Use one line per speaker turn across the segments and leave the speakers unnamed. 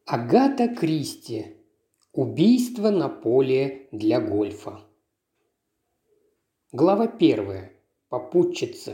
Агата Кристи. Убийство на поле для гольфа. Глава 1. Попутчица.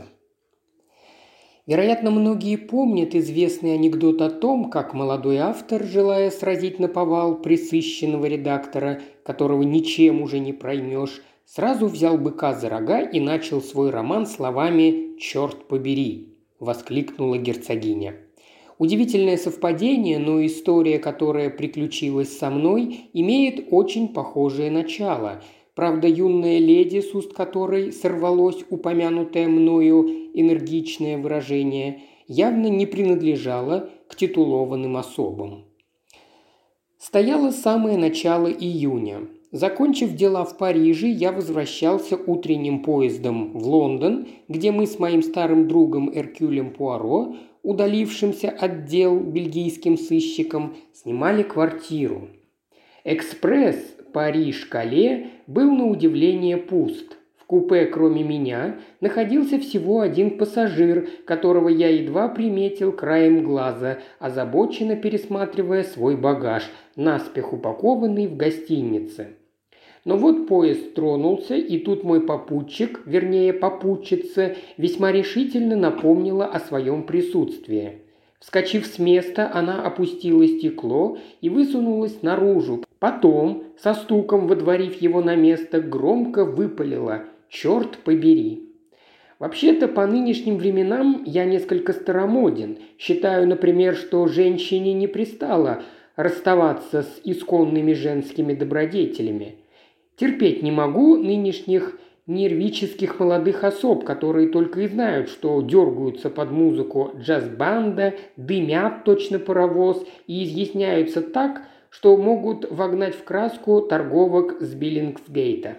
Вероятно, многие помнят известный анекдот о том, как молодой автор, желая сразить наповал пресыщенного редактора, которого ничем уже не проймешь, сразу взял быка за рога и начал свой роман словами «Черт побери!» – воскликнула герцогиня. Удивительное совпадение, но история, которая приключилась со мной, имеет очень похожее начало. Правда, юная леди, с уст которой сорвалось упомянутое мною энергичное выражение, явно не принадлежала к титулованным особам. Стояло самое начало июня. Закончив дела в Париже, я возвращался утренним поездом в Лондон, где мы с моим старым другом Эркюлем Пуаро, удалившимся от дел бельгийским сыщиком, снимали квартиру. Экспресс Париж-Кале был на удивление пуст. В купе, кроме меня, находился всего один пассажир, которого я едва приметил краем глаза, озабоченно пересматривая свой багаж, наспех упакованный в гостинице. Но вот поезд тронулся, и тут мой попутчик, вернее попутчица, весьма решительно напомнила о своем присутствии. Вскочив с места, она опустила стекло и высунулась наружу. Потом, со стуком водворив его на место, громко выпалила «Черт побери!». Вообще-то, по нынешним временам я несколько старомоден. Считаю, например, что женщине не пристало расставаться с исконными женскими добродетелями. Терпеть не могу нынешних нервических молодых особ, которые только и знают, что дергаются под музыку джаз-банда, дымят точно паровоз и изъясняются так, что могут вогнать в краску торговок с Биллингсгейта.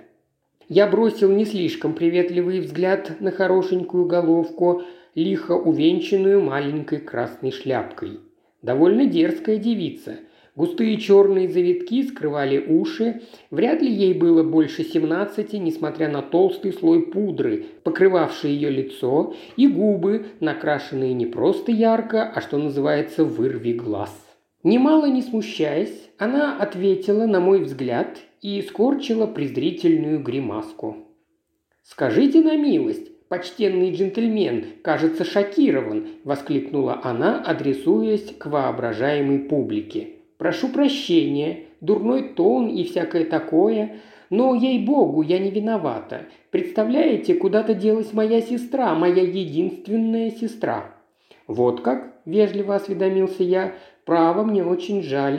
Я бросил не слишком приветливый взгляд на хорошенькую головку, лихо увенчанную маленькой красной шляпкой. Довольно дерзкая девица. Густые черные завитки скрывали уши, вряд ли ей было больше 17, несмотря на толстый слой пудры, покрывавший ее лицо, и губы, накрашенные не просто ярко, а что называется «вырви глаз». Немало не смущаясь, она ответила на мой взгляд и скорчила презрительную гримаску. «Скажите на милость, почтенный джентльмен, кажется, шокирован», – воскликнула она, адресуясь к воображаемой публике. «Прошу прощения, дурной тон и всякое такое, но, ей-богу, я не виновата. Представляете, куда-то делась моя сестра, моя единственная сестра». «Вот как?» – вежливо осведомился я. «Право, мне очень жаль».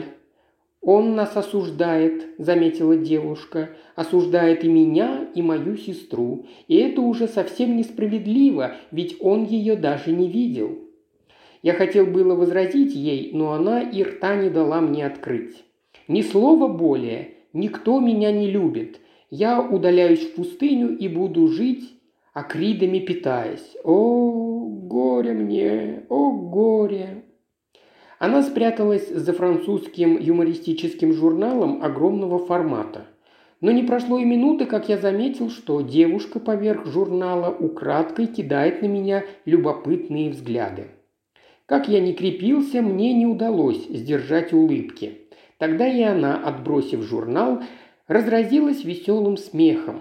«Он нас осуждает», – заметила девушка, – «осуждает и меня, и мою сестру. И это уже совсем несправедливо, ведь он ее даже не видел». Я хотел было возразить ей, но она и рта не дала мне открыть. «Ни слова более. Никто меня не любит. Я удаляюсь в пустыню и буду жить, акридами питаясь. О, горе мне! О, горе!» Она спряталась за французским юмористическим журналом огромного формата. Но не прошло и минуты, как я заметил, что девушка поверх журнала украдкой кидает на меня любопытные взгляды. Как я ни крепился, мне не удалось сдержать улыбки. Тогда и она, отбросив журнал, разразилась веселым смехом.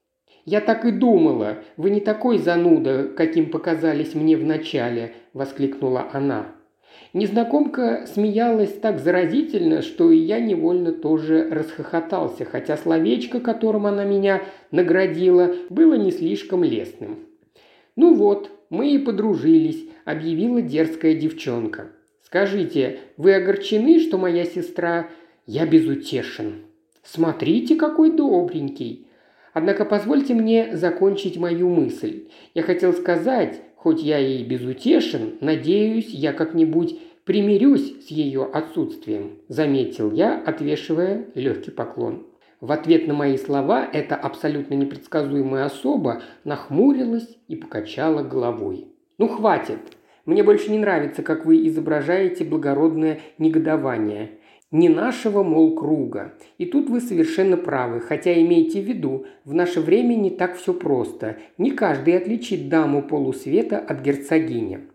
«Я так и думала, вы не такой зануда, каким показались мне вначале», – воскликнула она. Незнакомка смеялась так заразительно, что и я невольно тоже расхохотался, хотя словечко, которым она меня наградила, было не слишком лестным. «Ну вот, мы и подружились», – объявила дерзкая девчонка. «Скажите, вы огорчены, что моя сестра...» «Я безутешен». «Смотрите, какой добренький». Однако позвольте мне закончить мою мысль. Я хотел сказать, хоть я и безутешен, надеюсь, я как-нибудь примирюсь с ее отсутствием», – заметил я, отвешивая легкий поклон. В ответ на мои слова эта абсолютно непредсказуемая особа нахмурилась и покачала головой. «Ну, хватит. Мне больше не нравится, как вы изображаете благородное негодование. Не нашего, мол, круга. И тут вы совершенно правы, хотя имейте в виду, в наше время не так все просто. Не каждый отличит даму полусвета от герцогини.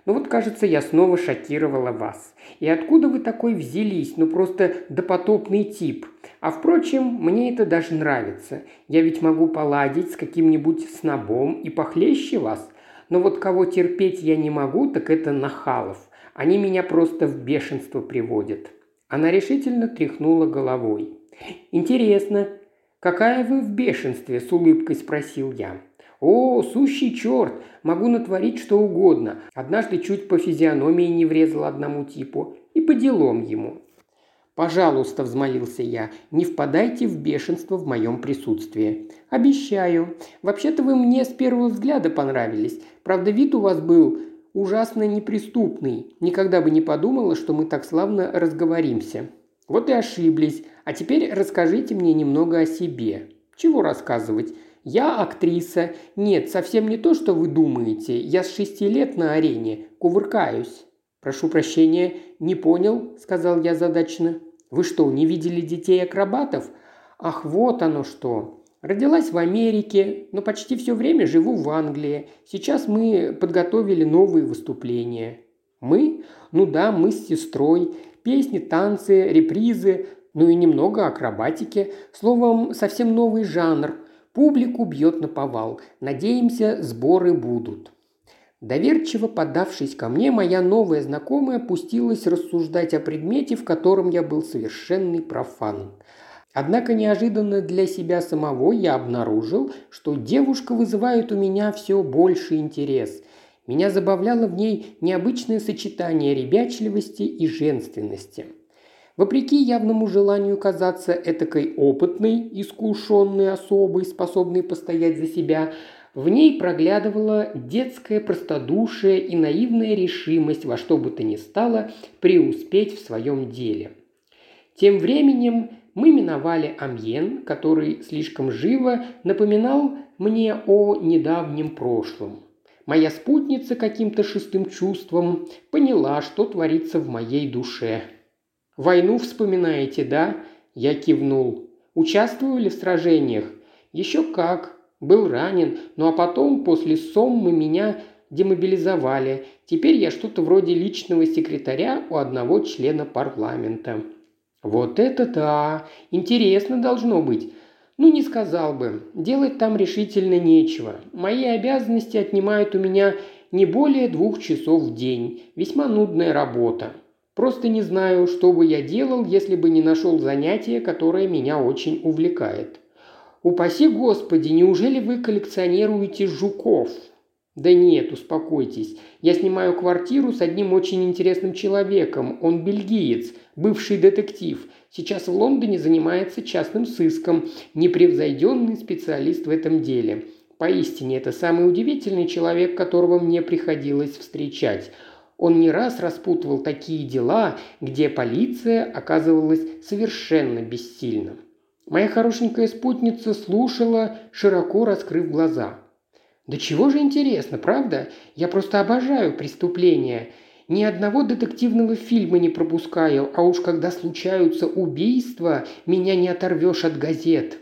Ну вот, кажется, я снова шокировала вас. И откуда вы такой взялись? Ну просто допотопный тип. А впрочем, мне это даже нравится. Я ведь могу поладить с каким-нибудь снобом и похлеще вас. Но вот кого терпеть я не могу, так это нахалов. Они меня просто в бешенство приводят». Она решительно тряхнула головой. «Интересно, какая вы в бешенстве?» – с улыбкой спросил я. «О, сущий черт! Могу натворить что угодно. Однажды чуть по физиономии не врезал одному типу. И по делам ему». «Пожалуйста», – взмолился я, – «не впадайте в бешенство в моем присутствии». «Обещаю. Вообще-то вы мне с первого взгляда понравились. Правда, вид у вас был ужасно неприступный. Никогда бы не подумала, что мы так славно разговоримся». «Вот и ошиблись. А теперь расскажите мне немного о себе». «Чего рассказывать? Я актриса. Нет, совсем не то, что вы думаете. Я с 6 лет на арене. Кувыркаюсь». «Прошу прощения, не понял», – сказал я задачно. «Вы что, не видели детей-акробатов?» «Ах, вот оно что. Родилась в Америке, но почти все время живу в Англии. Сейчас мы подготовили новые выступления». «Мы? Ну да, мы с сестрой. Песни, танцы, репризы, ну и немного акробатики. Словом, совсем новый жанр. Публику бьет наповал. Надеемся, сборы будут». Доверчиво поддавшись ко мне, моя новая знакомая пустилась рассуждать о предмете, в котором я был совершенный профан. Однако неожиданно для себя самого я обнаружил, что девушка вызывает у меня все больший интерес. Меня забавляло в ней необычное сочетание ребячливости и женственности. Вопреки явному желанию казаться этакой опытной, искушенной особой, способной постоять за себя, в ней проглядывала детское простодушие и наивная решимость во что бы то ни стало преуспеть в своем деле. Тем временем мы миновали Амьен, который слишком живо напоминал мне о недавнем прошлом. Моя спутница каким-то шестым чувством поняла, что творится в моей душе. «Войну вспоминаете, да?» – я кивнул. «Участвовали в сражениях?» «Еще как. Был ранен. Ну а потом, после Соммы, меня демобилизовали. Теперь я что-то вроде личного секретаря у одного члена парламента». «Вот это да! Интересно должно быть. Ну, не сказал бы. Делать там решительно нечего. Мои обязанности отнимают у меня не более 2 часов в день. Весьма нудная работа. Просто не знаю, что бы я делал, если бы не нашел занятие, которое меня очень увлекает». «Упаси Господи, неужели вы коллекционируете жуков?» «Да нет, успокойтесь. Я снимаю квартиру с одним очень интересным человеком. Он бельгиец, бывший детектив. Сейчас в Лондоне занимается частным сыском. Непревзойденный специалист в этом деле. Поистине, это самый удивительный человек, которого мне приходилось встречать. Он не раз распутывал такие дела, где полиция оказывалась совершенно бессильна». Моя хорошенькая спутница слушала, широко раскрыв глаза. «Да чего же интересно, правда? Я просто обожаю преступления. Ни одного детективного фильма не пропускаю, а уж когда случаются убийства, меня не оторвешь от газет».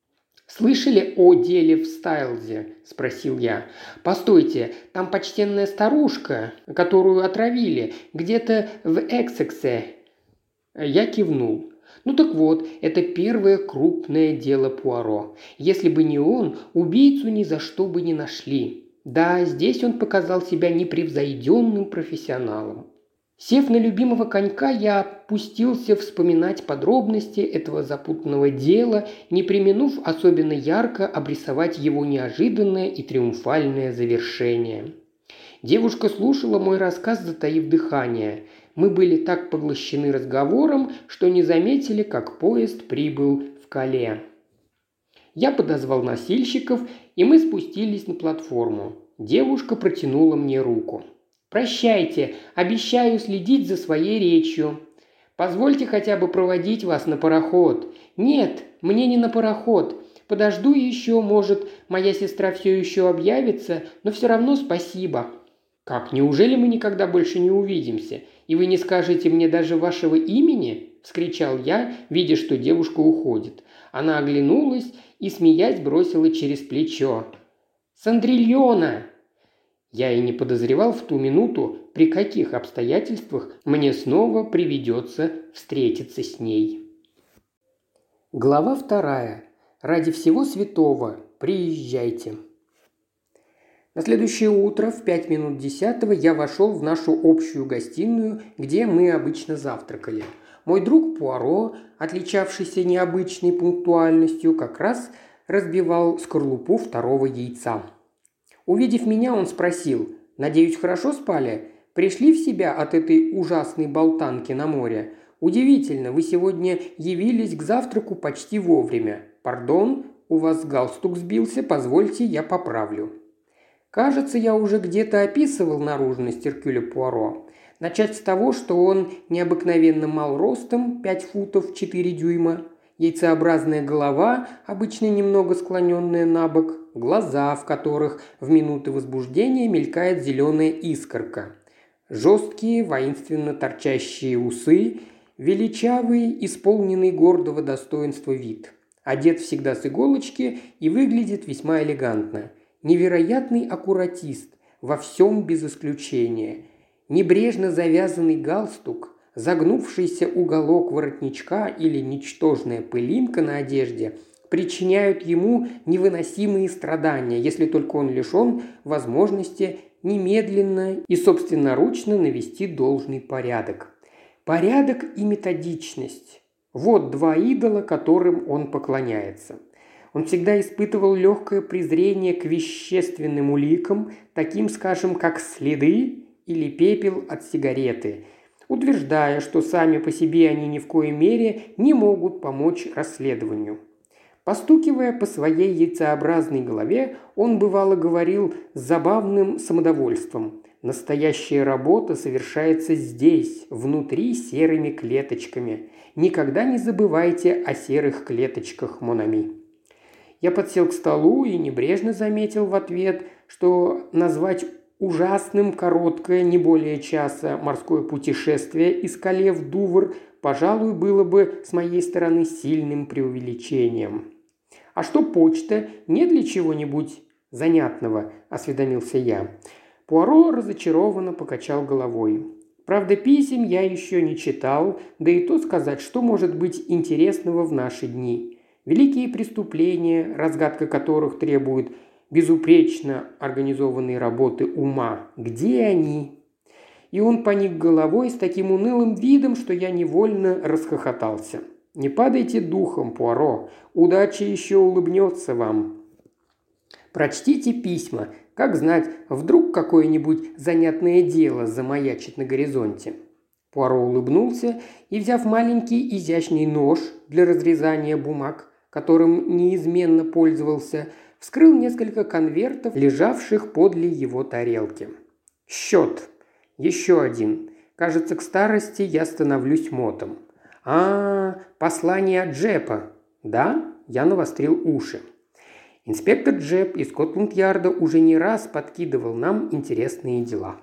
«Слышали о деле в Стайлзе?» – спросил я. «Постойте, там почтенная старушка, которую отравили, где-то в Эссексе». Я кивнул. «Ну так вот, это первое крупное дело Пуаро. Если бы не он, убийцу ни за что бы не нашли. Да, здесь он показал себя непревзойденным профессионалом». Сев на любимого конька, я пустился вспоминать подробности этого запутанного дела, не преминув особенно ярко обрисовать его неожиданное и триумфальное завершение. Девушка слушала мой рассказ, затаив дыхание. Мы были так поглощены разговором, что не заметили, как поезд прибыл в Кале. Я подозвал носильщиков, и мы спустились на платформу. Девушка протянула мне руку. «Прощайте, обещаю следить за своей речью. Позвольте хотя бы проводить вас на пароход». «Нет, мне не на пароход. Подожду еще, может, моя сестра все еще объявится, но все равно спасибо». «Как, неужели мы никогда больше не увидимся? И вы не скажете мне даже вашего имени?» – вскричал я, видя, что девушка уходит. Она оглянулась и, смеясь, бросила через плечо. «Сандрильона!» Я и не подозревал в ту минуту, при каких обстоятельствах мне снова приведется встретиться с ней. Глава 2. Ради всего святого, приезжайте. На следующее утро в 5 минут 10 я вошел в нашу общую гостиную, где мы обычно завтракали. Мой друг Пуаро, отличавшийся необычной пунктуальностью, как раз разбивал скорлупу второго яйца. Увидев меня, он спросил: «Надеюсь, хорошо спали? Пришли в себя от этой ужасной болтанки на море? Удивительно, вы сегодня явились к завтраку почти вовремя. Пардон, у вас галстук сбился, позвольте, я поправлю». Кажется, я уже где-то описывал наружность Эркюля Пуаро. Начать с того, что он необыкновенно мал ростом, 5 футов 4 дюйма, яйцеобразная голова, обычно немного склоненная на бок, глаза, в которых в минуты возбуждения мелькает зеленая искорка, жесткие, воинственно торчащие усы, величавый, исполненный гордого достоинства вид. Одет всегда с иголочки и выглядит весьма элегантно. Невероятный аккуратист, во всем без исключения. Небрежно завязанный галстук, загнувшийся уголок воротничка или ничтожная пылинка на одежде причиняют ему невыносимые страдания, если только он лишен возможности немедленно и собственноручно навести должный порядок. Порядок и методичность – вот два идола, которым он поклоняется. Он всегда испытывал легкое презрение к вещественным уликам, таким, скажем, как следы или пепел от сигареты, утверждая, что сами по себе они ни в коей мере не могут помочь расследованию. Постукивая по своей яйцеобразной голове, он бывало говорил с забавным самодовольством: «Настоящая работа совершается здесь, внутри, серыми клеточками. Никогда не забывайте о серых клеточках, мон ами». Я подсел к столу и небрежно заметил в ответ, что назвать ужасным короткое, не более часа, морское путешествие из Кале в Дувр, пожалуй, было бы с моей стороны сильным преувеличением. «А что почта? Нет ли чего-нибудь занятного?» – осведомился я. Пуаро разочарованно покачал головой. «Правда, писем я еще не читал, да и то сказать, что может быть интересного в наши дни. Великие преступления, разгадка которых требует безупречно организованной работы ума. Где они?» И он поник головой с таким унылым видом, что я невольно расхохотался. «Не падайте духом, Пуаро, удача еще улыбнется вам. Прочтите письма, как знать, вдруг какое-нибудь занятное дело замаячит на горизонте». Пуаро улыбнулся и, взяв маленький изящный нож для разрезания бумаг, которым неизменно пользовался, вскрыл несколько конвертов, лежавших подле его тарелки. «Счет. Еще один. Кажется, к старости я становлюсь мотом. Послание от Джепа. Да?» – я навострил уши. Инспектор Джеп из Скотланд-Ярда уже не раз подкидывал нам интересные дела.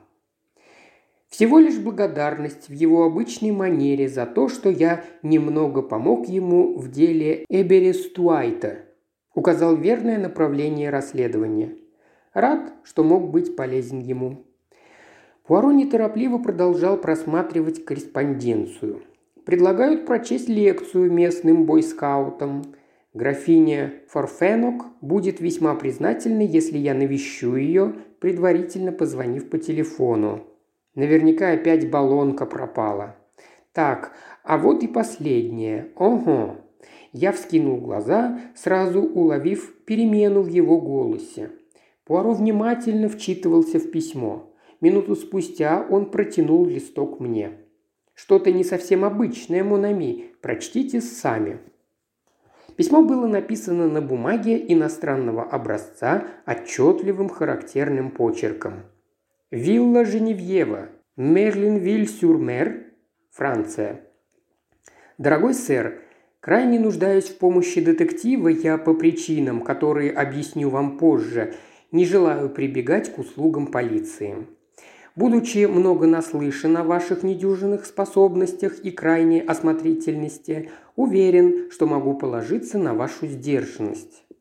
Всего лишь благодарность в его обычной манере за то, что я немного помог ему в деле Эберестуайта, указал верное направление расследования. Рад, что мог быть полезен ему. Пуаро неторопливо продолжал просматривать корреспонденцию. Предлагают прочесть лекцию местным бойскаутам. Графиня Форфенок будет весьма признательна, если я навещу ее, предварительно позвонив по телефону. Наверняка опять баллонка пропала. Так, а вот и последнее. Ого. Я вскинул глаза, сразу уловив перемену в его голосе. Пуаро внимательно вчитывался в письмо. Минуту спустя он протянул листок мне. «Что-то не совсем обычное, мон ами. Прочтите сами». Письмо было написано на бумаге иностранного образца отчетливым характерным почерком. «Вилла Женевьева, Мерлинвиль-сюр-Мер, Франция. Дорогой сэр, крайне нуждаюсь в помощи детектива, я по причинам, которые объясню вам позже, не желаю прибегать к услугам полиции. Будучи много наслышан о ваших недюжинных способностях и крайней осмотрительности, уверен, что могу положиться на вашу сдержанность.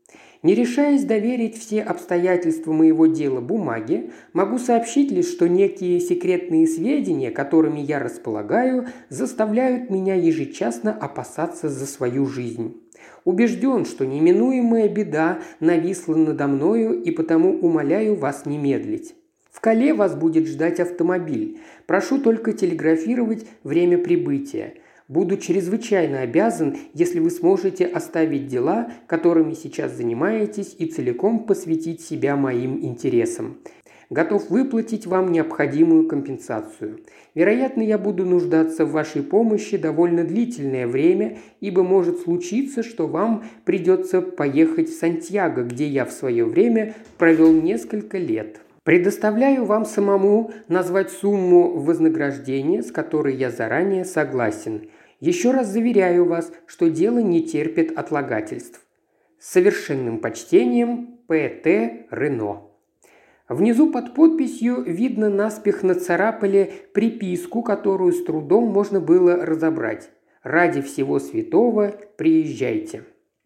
Не решаясь доверить все обстоятельства моего дела бумаге, могу сообщить лишь, что некие секретные сведения, которыми я располагаю, заставляют меня ежечасно опасаться за свою жизнь. Убежден, что неминуемая беда нависла надо мною, и потому умоляю вас не медлить. В Кале вас будет ждать автомобиль. Прошу только телеграфировать время прибытия. Буду чрезвычайно обязан, если вы сможете оставить дела, которыми сейчас занимаетесь, и целиком посвятить себя моим интересам. Готов выплатить вам необходимую компенсацию. Вероятно, я буду нуждаться в вашей помощи довольно длительное время, ибо может случиться, что вам придется поехать в Сантьяго, где я в свое время провел несколько лет. Предоставляю вам самому назвать сумму вознаграждения, с которой я заранее согласен. Еще раз заверяю вас, что дело не терпит отлагательств. С совершенным почтением, П.Т. Рено. Внизу под подписью видно наспех нацарапали приписку, которую с трудом можно было разобрать. «Ради всего святого приезжайте».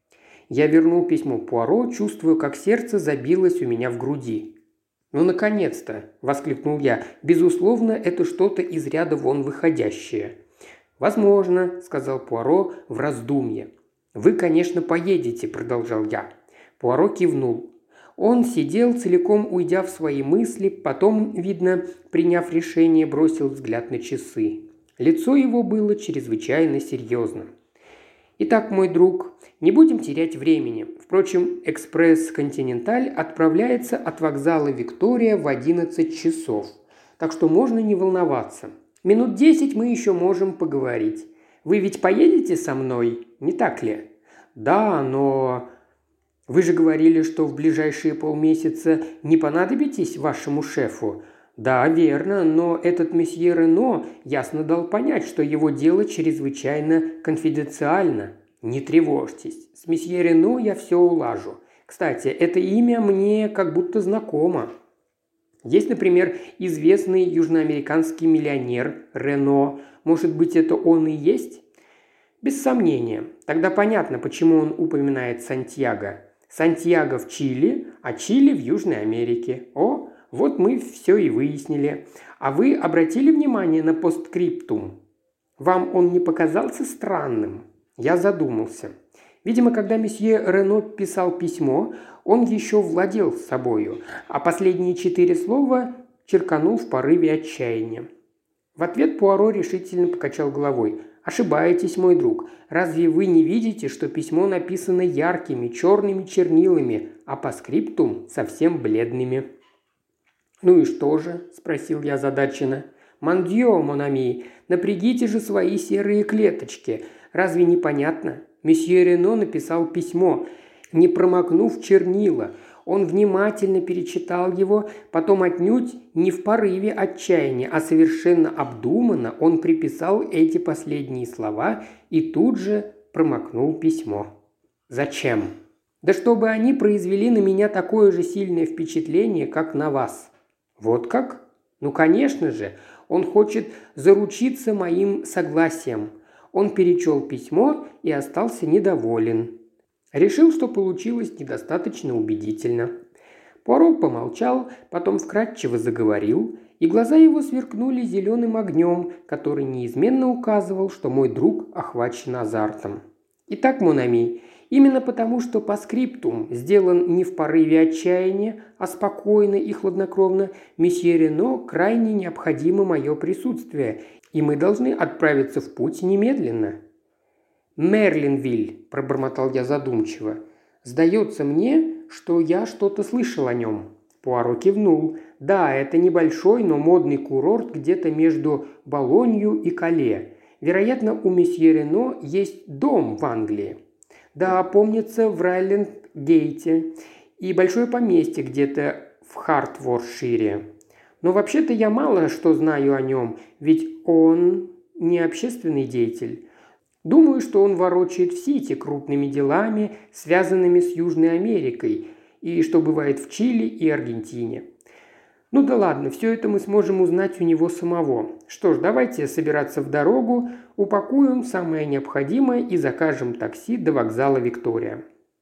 Я вернул письмо Пуаро, чувствуя, как сердце забилось у меня в груди. «Ну, наконец-то!» – воскликнул я. «Безусловно, это что-то из ряда вон выходящее». «Возможно», – сказал Пуаро в раздумье. «Вы, конечно, поедете», – продолжал я. Пуаро кивнул. Он сидел, целиком уйдя в свои мысли, потом, видно, приняв решение, бросил взгляд на часы. Лицо его было чрезвычайно серьезным. «Итак, мой друг, не будем терять времени. Впрочем, экспресс «Континенталь» отправляется от вокзала Виктория в 11 часов, так что можно не волноваться. Минут 10 мы еще можем поговорить. Вы ведь поедете со мной, не так ли?» «Да, но...» «Вы же говорили, что в ближайшие полмесяца не понадобитесь вашему шефу». «Да, верно, но этот месье Рено ясно дал понять, что его дело чрезвычайно конфиденциально». «Не тревожьтесь, с месье Рено я все улажу. Кстати, это имя мне как будто знакомо. Есть, например, известный южноамериканский миллионер Рено. Может быть, это он и есть?» «Без сомнения. Тогда понятно, почему он упоминает Сантьяго. Сантьяго в Чили, а Чили в Южной Америке. О, вот мы все и выяснили. А вы обратили внимание на постскриптум? Вам он не показался странным?» Я задумался. Видимо, когда месье Рено писал письмо, он еще владел собою, а последние 4 слова черканул в порыве отчаяния. В ответ Пуаро решительно покачал головой. «Ошибаетесь, мой друг. Разве вы не видите, что письмо написано яркими черными чернилами, а по скриптум совсем бледными?» «Ну и что же?» – спросил я озадаченно. «Мандьё, монами, напрягите же свои серые клеточки. Разве не понятно? Месье Рено написал письмо, не промокнув чернила. Он внимательно перечитал его, потом отнюдь не в порыве отчаяния, а совершенно обдуманно он приписал эти последние слова и тут же промокнул письмо. Зачем? Да чтобы они произвели на меня такое же сильное впечатление, как на вас». «Вот как? Ну, конечно же, он хочет заручиться моим согласием». Он перечел письмо и остался недоволен. Решил, что получилось недостаточно убедительно. Пуаро помолчал, потом вкратчиво заговорил, и глаза его сверкнули зеленым огнем, который неизменно указывал, что мой друг охвачен азартом. «Итак, монами, именно потому, что постскриптум сделан не в порыве отчаяния, а спокойно и хладнокровно, месье Рено крайне необходимо мое присутствие, и мы должны отправиться в путь немедленно». «Мерлинвиль», – пробормотал я задумчиво. «Сдается мне, что я что-то слышал о нем». Пуаро кивнул. «Да, это небольшой, но модный курорт где-то между Болонью и Кале. Вероятно, у месье Рено есть дом в Англии. Да, помнится, в Райленд-Гейте. И большое поместье где-то в Хартфордшире. Но вообще-то я мало что знаю о нем, ведь он не общественный деятель. Думаю, что он ворочает в Сити крупными делами, связанными с Южной Америкой, и что бывает в Чили и Аргентине. Ну да ладно, все это мы сможем узнать у него самого. Что ж, давайте собираться в дорогу, упакуем самое необходимое и закажем такси до вокзала Виктория».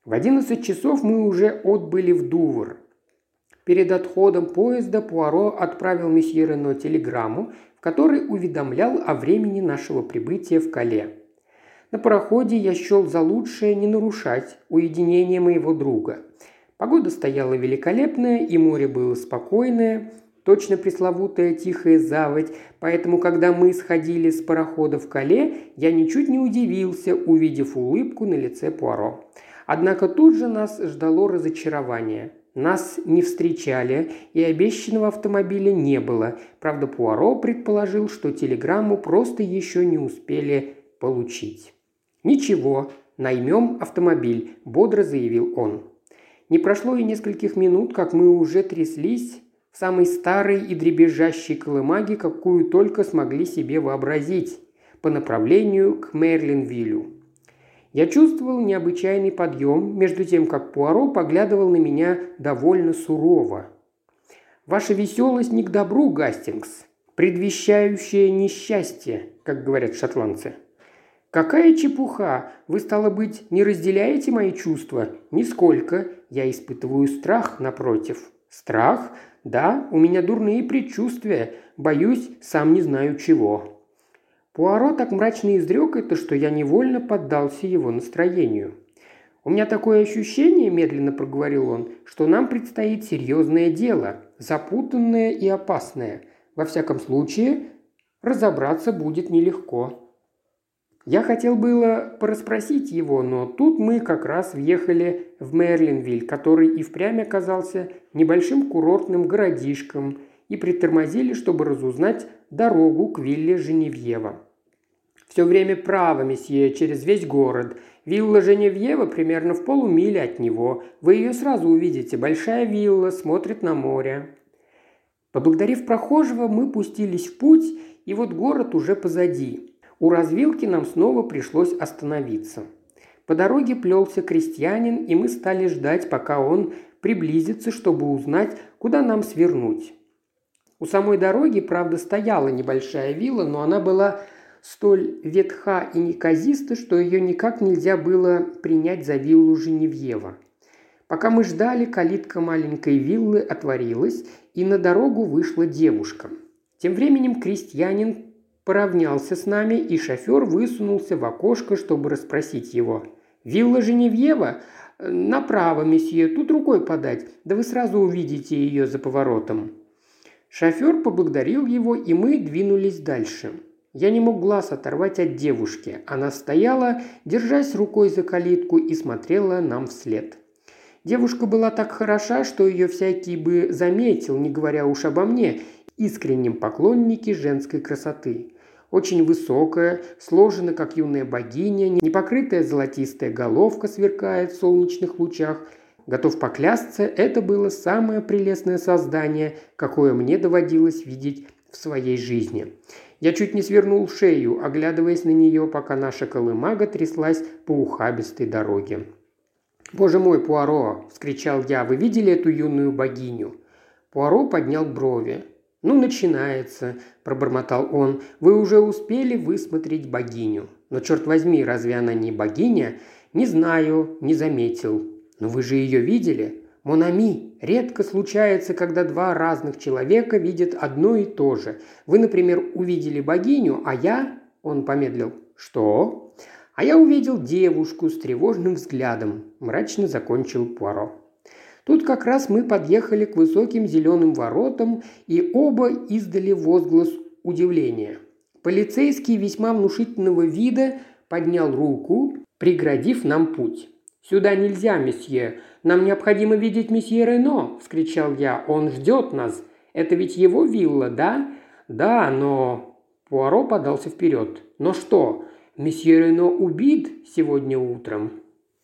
В 11 часов мы уже отбыли в Дувр. Перед отходом поезда Пуаро отправил месье Рено телеграмму, в которой уведомлял о времени нашего прибытия в Кале. На пароходе я счел за лучшее не нарушать уединение моего друга. Погода стояла великолепная, и море было спокойное, точно пресловутая тихая заводь, поэтому, когда мы сходили с парохода в Кале, я ничуть не удивился, увидев улыбку на лице Пуаро. Однако тут же нас ждало разочарование. Нас не встречали, и обещанного автомобиля не было. Правда, Пуаро предположил, что телеграмму просто еще не успели получить. «Ничего, наймем автомобиль», – бодро заявил он. Не прошло и нескольких минут, как мы уже тряслись в самой старой и дребезжащей колымаге, какую только смогли себе вообразить, по направлению к Мерлинвиллю. Я чувствовал необычайный подъем, между тем, как Пуаро поглядывал на меня довольно сурово. «Ваша веселость не к добру, Гастингс, предвещающая несчастье, как говорят шотландцы». «Какая чепуха! Вы, стало быть, не разделяете мои чувства?» «Нисколько. Я испытываю страх, напротив». «Страх? Да, у меня дурные предчувствия. Боюсь, сам не знаю чего». Пуаро так мрачно изрек это, что я невольно поддался его настроению. «У меня такое ощущение, – медленно проговорил он, – что нам предстоит серьезное дело, запутанное и опасное. Во всяком случае, разобраться будет нелегко». Я хотел было порасспросить его, но тут мы как раз въехали в Мерлинвиль, который и впрямь оказался небольшим курортным городишком, и притормозили, чтобы разузнать дорогу к вилле Женевьева. «Все время право, месье, через весь город. Вилла Женевьева примерно в полумиле от него. Вы ее сразу увидите. Большая вилла, смотрит на море». Поблагодарив прохожего, мы пустились в путь, и вот город уже позади. У развилки нам снова пришлось остановиться. По дороге плелся крестьянин, и мы стали ждать, пока он приблизится, чтобы узнать, куда нам свернуть. У самой дороги, правда, стояла небольшая вилла, но она была столь ветха и неказиста, что ее никак нельзя было принять за виллу Женевьева. Пока мы ждали, калитка маленькой виллы отворилась, и на дорогу вышла девушка. Тем временем крестьянин поравнялся с нами, и шофер высунулся в окошко, чтобы расспросить его. «Вилла Женевьева? Направо, месье, тут рукой подать, да вы сразу увидите ее за поворотом». Шофер поблагодарил его, и мы двинулись дальше. Я не мог глаз оторвать от девушки. Она стояла, держась рукой за калитку, и смотрела нам вслед. Девушка была так хороша, что ее всякий бы заметил, не говоря уж обо мне, искреннем поклоннике женской красоты. Очень высокая, сложена, как юная богиня, непокрытая золотистая головка сверкает в солнечных лучах. Готов поклясться, это было самое прелестное создание, какое мне доводилось видеть в своей жизни. Я чуть не свернул шею, оглядываясь на нее, пока наша колымага тряслась по ухабистой дороге. «Боже мой, Пуаро!» – вскричал я. «Вы видели эту юную богиню?» Пуаро поднял брови. «Ну, начинается», – пробормотал он. «Вы уже успели высмотреть богиню. Но, черт возьми, разве она не богиня? Не знаю, не заметил. Но вы же ее видели? Мон ами, редко случается, когда два разных человека видят одно и то же. Вы, например, увидели богиню, а я...» Он помедлил. «Что?» «А я увидел девушку с тревожным взглядом», – мрачно закончил Пуаро. Тут как раз мы подъехали к высоким зеленым воротам, и оба издали возглас удивления. Полицейский весьма внушительного вида поднял руку, преградив нам путь. «Сюда нельзя, месье. Нам необходимо видеть месье Рено!» – вскричал я. «Он ждет нас. Это ведь его вилла, да?» «Да, но...» Пуаро подался вперед. «Но что? Месье Рено убит сегодня утром?»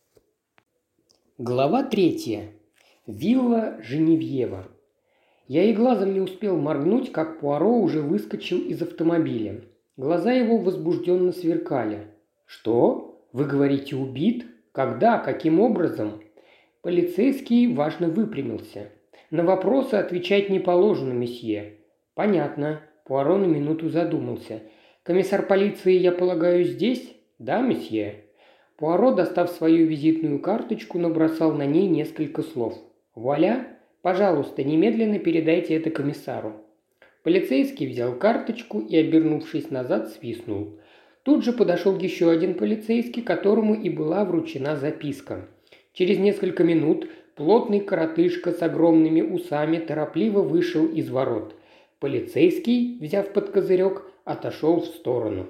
Глава 3. Вилла Женевьева. Я и глазом не успел моргнуть, как Пуаро уже выскочил из автомобиля. Глаза его возбужденно сверкали. «Что? Вы говорите, убит? Когда? Каким образом?» Полицейский важно выпрямился. «На вопросы отвечать не положено, месье». «Понятно». Пуаро на минуту задумался. «Комиссар полиции, я полагаю, здесь?» «Да, месье». Пуаро, достав свою визитную карточку, набросал на ней несколько слов. «Вуаля! Пожалуйста, немедленно передайте это комиссару». Полицейский взял карточку и, обернувшись назад, свистнул. Тут же подошел еще один полицейский, которому и была вручена записка. Через несколько минут плотный коротышка с огромными усами торопливо вышел из ворот. Полицейский, взяв под козырек, отошел в сторону.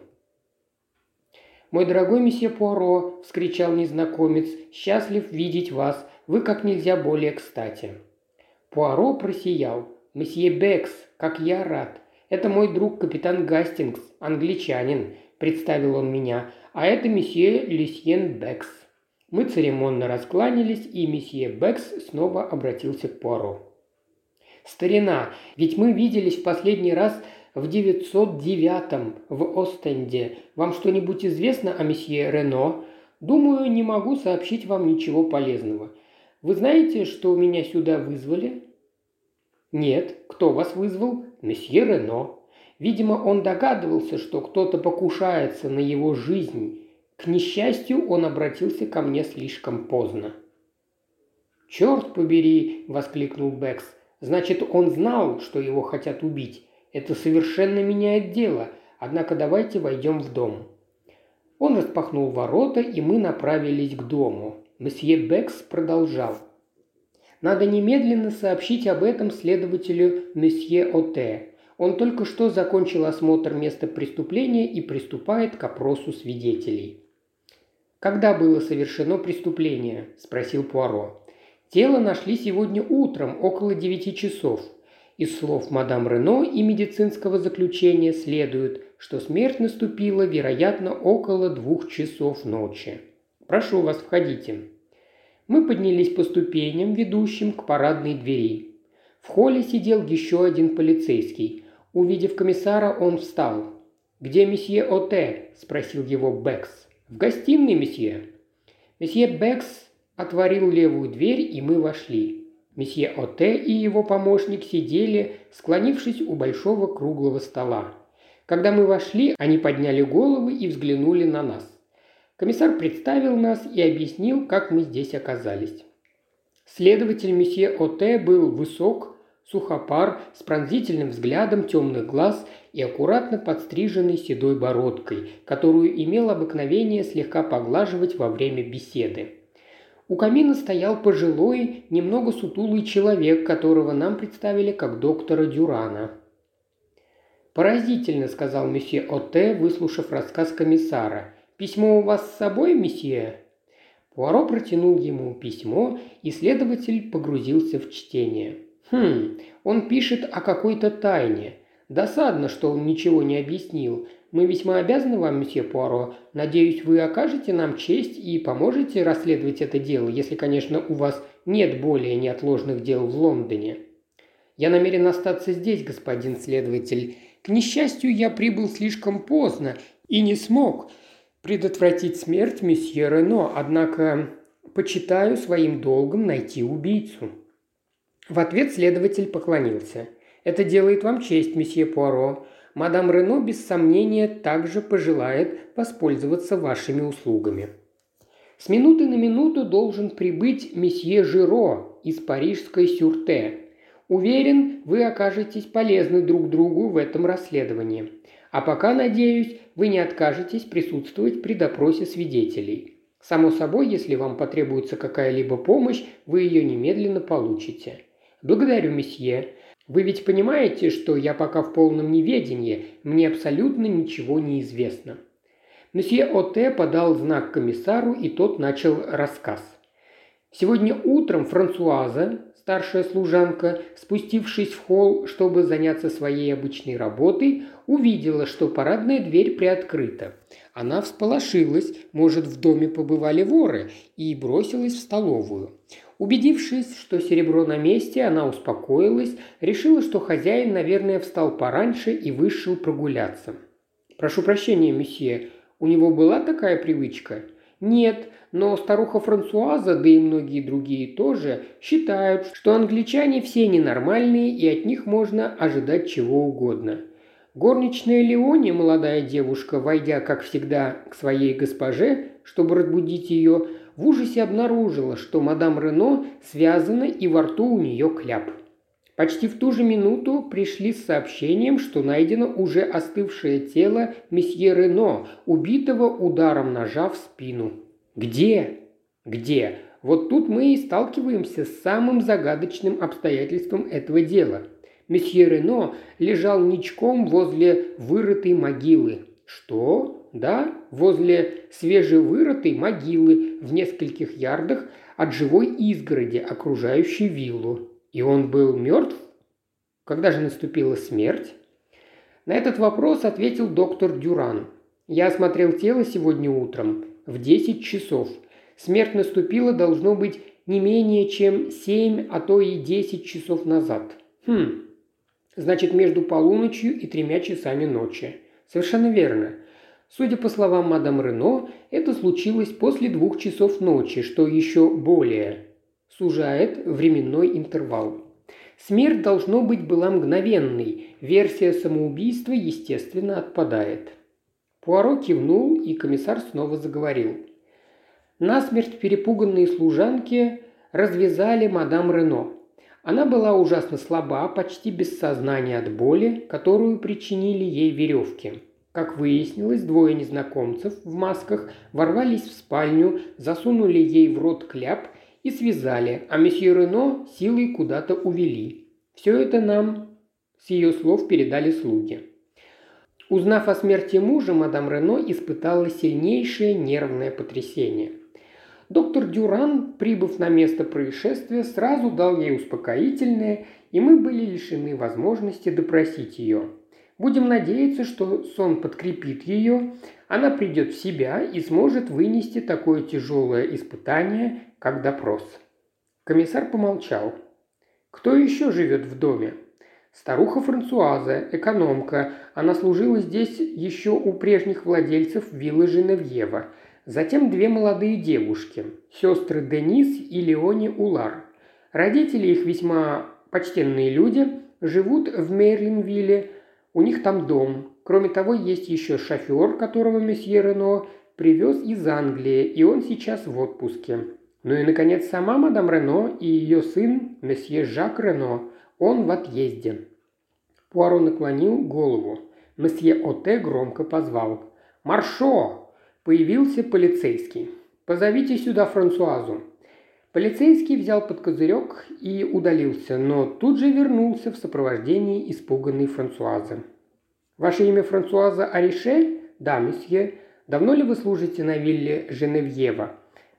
«Мой дорогой месье Пуаро!» – вскричал незнакомец. «Счастлив видеть вас! Вы как нельзя более кстати!» Пуаро просиял. «Месье Бекс, как я рад! Это мой друг капитан Гастингс, англичанин», – представил он меня, «а это месье Люсьен Бекс». Мы церемонно раскланялись, и месье Бекс снова обратился к Пуаро. «Старина, ведь мы виделись в последний раз в 909-м в Остенде. Вам что-нибудь известно о месье Рено? Думаю, не могу сообщить вам ничего полезного. Вы знаете, что меня сюда вызвали?» «Нет. Кто вас вызвал?» «Месье Рено. Видимо, он догадывался, что кто-то покушается на его жизнь. К несчастью, он обратился ко мне слишком поздно». «Черт побери!» – воскликнул Бекс. «Значит, он знал, что его хотят убить. Это совершенно меняет дело. Однако давайте войдем в дом». Он распахнул ворота, и мы направились к дому. Месье Бекс продолжал. «Надо немедленно сообщить об этом следователю месье Оте. Он только что закончил осмотр места преступления и приступает к опросу свидетелей». «Когда было совершено преступление?» – спросил Пуаро. «Тело нашли сегодня утром, около 9 часов. Из слов мадам Рено и медицинского заключения следует, что смерть наступила, вероятно, около 2 часов ночи. Прошу вас, входите». Мы поднялись по ступеням, ведущим к парадной двери. В холле сидел еще один полицейский. Увидев комиссара, он встал. «Где месье Оте?» – спросил его Бекс. «В гостиной, месье». Месье Бекс отворил левую дверь, и мы вошли. Месье Оте и его помощник сидели, склонившись у большого круглого стола. Когда мы вошли, они подняли головы и взглянули на нас. Комиссар представил нас и объяснил, как мы здесь оказались. Следователь месье Оте был высок, сухопар, с пронзительным взглядом темных глаз и аккуратно подстриженной седой бородкой, которую имел обыкновение слегка поглаживать во время беседы. У камина стоял пожилой, немного сутулый человек, которого нам представили как доктора Дюрана. «Поразительно», – сказал месье Оте, выслушав рассказ комиссара. «Письмо у вас с собой, месье?» Пуаро протянул ему письмо, и следователь погрузился в чтение. Он пишет о какой-то тайне. Досадно, что он ничего не объяснил. Мы весьма обязаны вам, месье Пуаро. Надеюсь, вы окажете нам честь и поможете расследовать это дело, если, конечно, у вас нет более неотложных дел в Лондоне». «Я намерен остаться здесь, господин следователь. К несчастью, я прибыл слишком поздно и не смог предотвратить смерть месье Рено, однако почитаю своим долгом найти убийцу». В ответ следователь поклонился. «Это делает вам честь, месье Пуаро. Мадам Рено, без сомнения, также пожелает воспользоваться вашими услугами». «С минуты на минуту должен прибыть месье Жиро из парижской Сюрте. Уверен, вы окажетесь полезны друг другу в этом расследовании. А пока, надеюсь, вы не откажетесь присутствовать при допросе свидетелей. Само собой, если вам потребуется какая-либо помощь, вы ее немедленно получите. Благодарю, месье. Вы ведь понимаете, что я пока в полном неведении, мне абсолютно ничего не известно». Месье Оте подал знак комиссару, и тот начал рассказ. «Сегодня утром Франсуаза, старшая служанка, спустившись в холл, чтобы заняться своей обычной работой, увидела, что парадная дверь приоткрыта. Она всполошилась, может, в доме побывали воры, и бросилась в столовую. Убедившись, что серебро на месте, она успокоилась, решила, что хозяин, наверное, встал пораньше и вышел прогуляться. «Прошу прощения, месье, у него была такая привычка?» «Нет, но старуха Франсуаза, да и многие другие тоже, считают, что англичане все ненормальные и от них можно ожидать чего угодно. Горничная Леония, молодая девушка, войдя, как всегда, к своей госпоже, чтобы разбудить ее, в ужасе обнаружила, что мадам Рено связана и во рту у нее кляп. Почти в ту же минуту пришли с сообщением, что найдено уже остывшее тело месье Рено, убитого ударом ножа в спину. Где? Где? Вот тут мы и сталкиваемся с самым загадочным обстоятельством этого дела. Месье Рено лежал ничком возле вырытой могилы. Что? Да, возле свежевырытой могилы в нескольких ярдах от живой изгороди, окружающей виллу. И он был мертв? Когда же наступила смерть? На этот вопрос ответил доктор Дюран. Я осмотрел тело сегодня утром в 10 часов. Смерть наступила, должно быть, не менее чем 7, а то и 10 часов назад. Значит, между полуночью и 3 часами ночи. Совершенно верно. Судя по словам мадам Рено, это случилось после 2 часов ночи, что еще более сужает временной интервал. Смерть, должно быть, была мгновенной. Версия самоубийства, естественно, отпадает. Пуаро кивнул, и комиссар снова заговорил. Насмерть перепуганные служанки развязали мадам Рено. Она была ужасно слаба, почти без сознания от боли, которую причинили ей веревки. Как выяснилось, 2 незнакомцев в масках ворвались в спальню, засунули ей в рот кляп и связали, а месье Рено силой куда-то увели. Все это нам, с ее слов, передали слуги. Узнав о смерти мужа, мадам Рено испытала сильнейшее нервное потрясение. Доктор Дюран, прибыв на место происшествия, сразу дал ей успокоительное, и мы были лишены возможности допросить ее. Будем надеяться, что сон подкрепит ее, она придет в себя и сможет вынести такое тяжелое испытание, как допрос. Комиссар помолчал. Кто еще живет в доме? Старуха Франсуаза, экономка. Она служила здесь еще у прежних владельцев виллы Женевьева. Затем 2 молодые девушки, сестры Денис и Леони Улар. Родители их весьма почтенные люди, живут в Мерлинвилле, у них там дом. Кроме того, есть еще шофер, которого месье Рено привез из Англии, и он сейчас в отпуске. Ну и, наконец, сама мадам Рено и ее сын, месье Жак Рено, он в отъезде. Пуаро наклонил голову. Месье Оте громко позвал. «Маршо!» Появился полицейский. «Позовите сюда Франсуазу». Полицейский взял под козырек и удалился, но тут же вернулся в сопровождении испуганной Франсуазы. «Ваше имя Франсуаза Арише?» «Да, месье. Давно ли вы служите на вилле Женевьева?»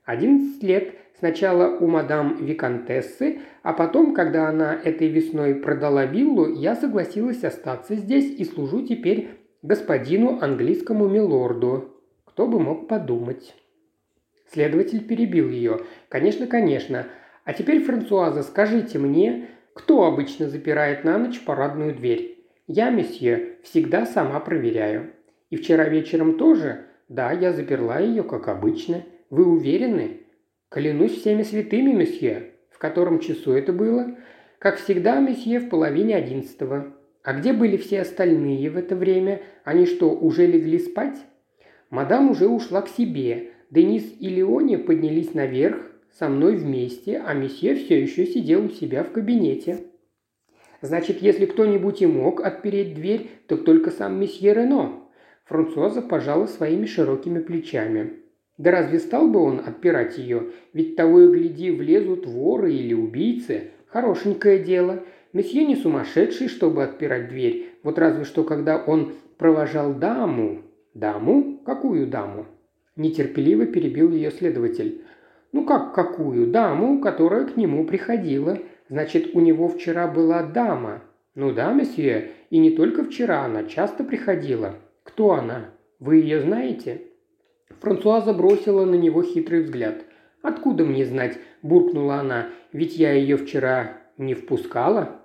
11 лет. Сначала у мадам Викантессы, а потом, когда она этой весной продала виллу, я согласилась остаться здесь и служу теперь господину английскому милорду. Кто бы мог подумать?» Следователь перебил ее. «Конечно, конечно. А теперь, Франсуаза, скажите мне, кто обычно запирает на ночь парадную дверь?» «Я, месье, всегда сама проверяю». «И вчера вечером тоже?» «Да, я заперла ее, как обычно». «Вы уверены?» «Клянусь всеми святыми, месье». «В котором часу это было?» «Как всегда, месье, в 10:30. А где были все остальные в это время? Они что, уже легли спать?» «Мадам уже ушла к себе. Денис и Леони поднялись наверх со мной вместе, а месье все еще сидел у себя в кабинете». «Значит, если кто-нибудь и мог отпереть дверь, то только сам месье Рено». Франсуаза пожала своими широкими плечами. «Да разве стал бы он отпирать ее? Ведь того и гляди, влезут воры или убийцы. Хорошенькое дело. Месье не сумасшедший, чтобы отпирать дверь. Вот разве что, когда он провожал даму». «Даму? Какую даму?» Нетерпеливо перебил ее следователь. «Ну как какую? Даму, которая к нему приходила. Значит, у него вчера была дама». «Ну да, месье, и не только вчера, она часто приходила». «Кто она? Вы ее знаете?» Франсуаза бросила на него хитрый взгляд. «Откуда мне знать?» – буркнула она. «Ведь я ее вчера не впускала».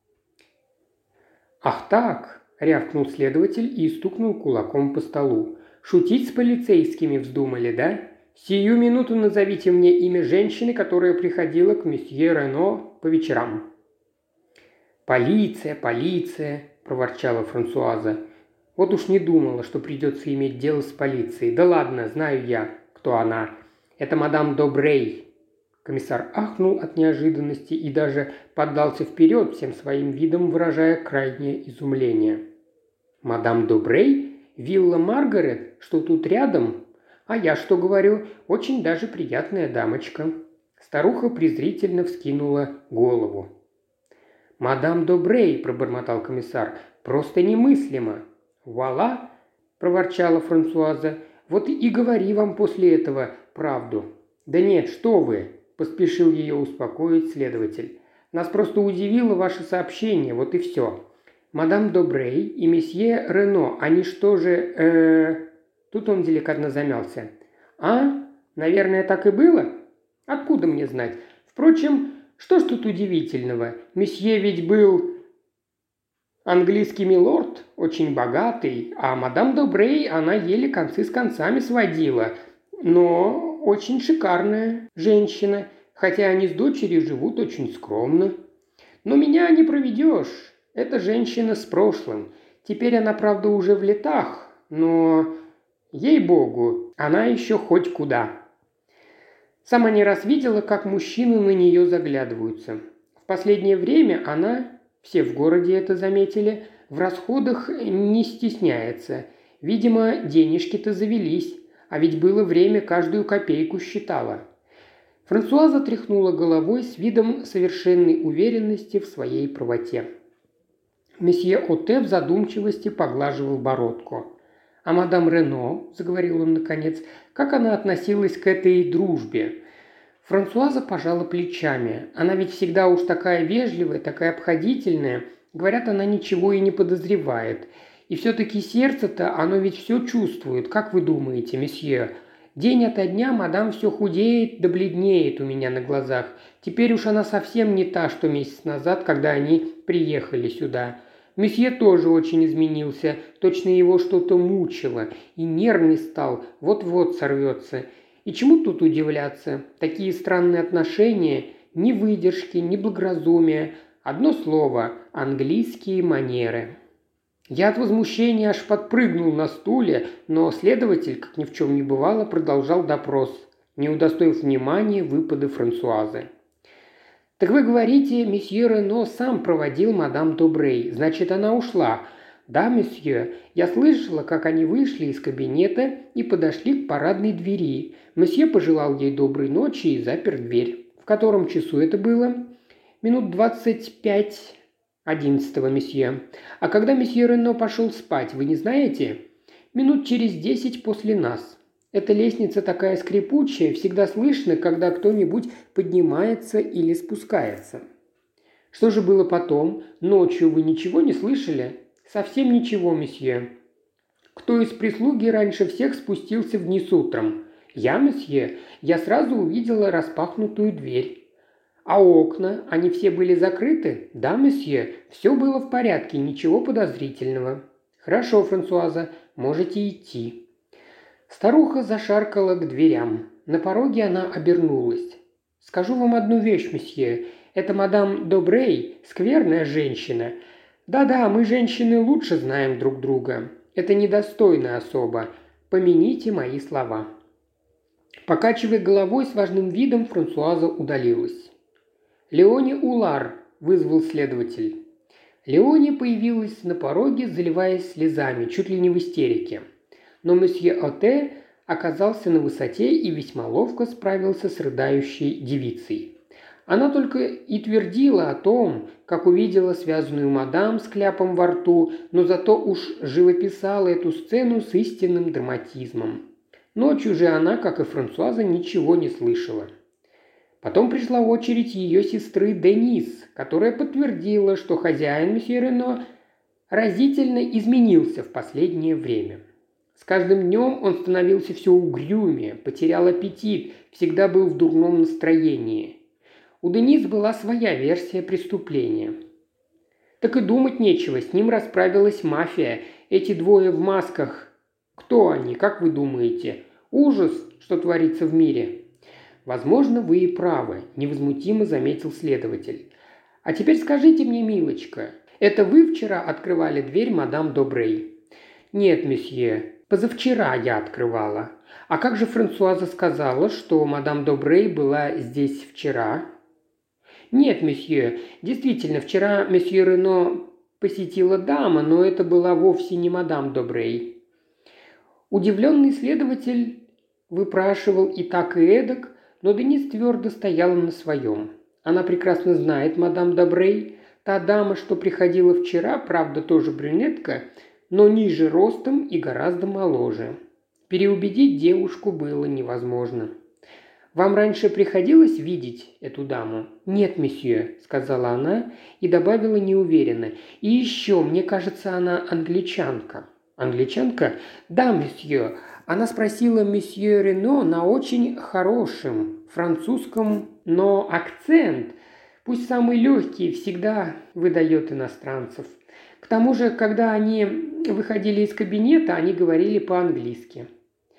«Ах так!» – рявкнул следователь и стукнул кулаком по столу. «Шутить с полицейскими вздумали, да? Сию минуту назовите мне имя женщины, которая приходила к месье Рено по вечерам». «Полиция, полиция!» проворчала Франсуаза. «Вот уж не думала, что придется иметь дело с полицией. Да ладно, знаю я, кто она. Это мадам Добрей». Комиссар ахнул от неожиданности и даже поддался вперед, всем своим видом выражая крайнее изумление. «Мадам Добрей? Вилла Маргарет? Что тут рядом? А я что говорю? Очень даже приятная дамочка». Старуха презрительно вскинула голову. «Мадам Добрей», – пробормотал комиссар, – «просто немыслимо». «Вуаля», – проворчала Франсуаза, – «вот и говори вам после этого правду». «Да нет, что вы», – поспешил ее успокоить следователь. «Нас просто удивило ваше сообщение, вот и все. Мадам Добрей и месье Рено, они что же...» Тут он деликатно замялся. «А? Наверное, так и было? Откуда мне знать? Впрочем, что ж тут удивительного? Месье ведь был английский милорд, очень богатый, а мадам Добрей она еле концы с концами сводила. Но очень шикарная женщина, хотя они с дочерью живут очень скромно. Но меня не проведешь. Это женщина с прошлым. Теперь она, правда, уже в летах, но, ей-богу, она еще хоть куда». Сама не раз видела, как мужчины на нее заглядываются. В последнее время она, все в городе это заметили, в расходах не стесняется. Видимо, денежки-то завелись, а ведь было время, каждую копейку считала. Франсуаза тряхнула головой с видом совершенной уверенности в своей правоте. Месье Оте в задумчивости поглаживал бородку. «А мадам Рено», – заговорил он наконец, – «как она относилась к этой дружбе?» Франсуаза пожала плечами. Она ведь всегда уж такая вежливая, такая обходительная. Говорят, она ничего и не подозревает. И все-таки сердце-то, оно ведь все чувствует. Как вы думаете, месье? День ото дня мадам все худеет да бледнеет у меня на глазах. Теперь уж она совсем не та, что месяц назад, когда они приехали сюда. Месье тоже очень изменился, точно его что-то мучило, и нервный стал, вот-вот сорвется. И чему тут удивляться? Такие странные отношения, ни выдержки, ни благоразумия. Одно слово – английские манеры. Я от возмущения аж подпрыгнул на стуле, но следователь, как ни в чем не бывало, продолжал допрос, не удостоив внимания выпады Франсуазы. «Так вы говорите, месье Рено сам проводил мадам Добрей. Значит, она ушла». «Да, месье. Я слышала, как они вышли из кабинета и подошли к парадной двери. Месье пожелал ей доброй ночи и запер дверь. В котором часу это было?» «Минут 25:11, месье. А когда месье Рено пошел спать, вы не знаете?» «Минут через 10 после нас. Эта лестница такая скрипучая, всегда слышно, когда кто-нибудь поднимается или спускается». «Что же было потом? Ночью вы ничего не слышали?» «Совсем ничего, месье». «Кто из прислуги раньше всех спустился вниз утром?» «Я, месье. Я сразу увидела распахнутую дверь». «А окна? Они все были закрыты?» «Да, месье. Все было в порядке, ничего подозрительного». «Хорошо, Франсуаза, можете идти». Старуха зашаркала к дверям. На пороге она обернулась. «Скажу вам одну вещь, месье. Это мадам Добрей, скверная женщина. Да-да, мы, женщины, лучше знаем друг друга. Это недостойная особа. Помяните мои слова». Покачивая головой с важным видом, Франсуаза удалилась. «Леони Улар», – вызвал следователь. Леони появилась на пороге, заливаясь слезами, чуть ли не в истерике. Но месье Оте оказался на высоте и весьма ловко справился с рыдающей девицей. Она только и твердила о том, как увидела связанную мадам с кляпом во рту, но зато уж живописала эту сцену с истинным драматизмом. Ночью же она, как и Франсуаза, ничего не слышала. Потом пришла очередь ее сестры Денис, которая подтвердила, что хозяин месье Рено разительно изменился в последнее время. С каждым днем он становился все угрюмее, потерял аппетит, всегда был в дурном настроении. У Денис была своя версия преступления. Так и думать нечего, с ним расправилась мафия, эти двое в масках. Кто они, как вы думаете? Ужас, что творится в мире. «Возможно, вы и правы», – невозмутимо заметил следователь. «А теперь скажите мне, милочка, Это вы вчера открывали дверь мадам Добрей?» «Нет, месье, позавчера я открывала. А как же Франсуаза сказала, что мадам Добрей была здесь вчера?» «Нет, месье, действительно, вчера месье Рено посетила дама, но это была вовсе не мадам Добрей». Удивленный следователь выпрашивал и так, и эдак, но Денис твердо стояла на своем. Она прекрасно знает мадам Добрей. Та дама, что приходила вчера, правда, тоже брюнетка, но ниже ростом и гораздо моложе. Переубедить девушку было невозможно. «Вам раньше приходилось видеть эту даму?» «Нет, месье», – сказала она и добавила неуверенно. «И еще, мне кажется, она англичанка». «Англичанка?» «Да, месье. Она спросила месье Рено на очень хорошем французском, но акцент, пусть самый легкий, всегда выдает иностранцев. К тому же, когда они выходили из кабинета, они говорили по-английски».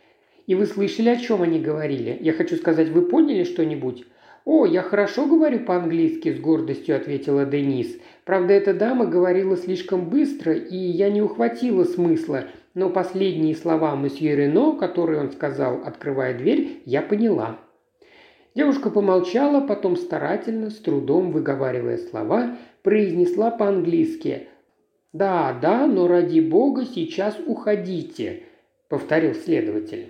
«И вы слышали, о чем они говорили? Я хочу сказать, вы поняли что-нибудь?» «О, я хорошо говорю по-английски», – с гордостью ответила Денис. «Правда, эта дама говорила слишком быстро, и я не ухватила смысла, но последние слова месье Рено, которые он сказал, открывая дверь, я поняла». Девушка помолчала, потом старательно, с трудом выговаривая слова, произнесла по-английски: «Да, да, но ради бога сейчас уходите», – повторил следователь.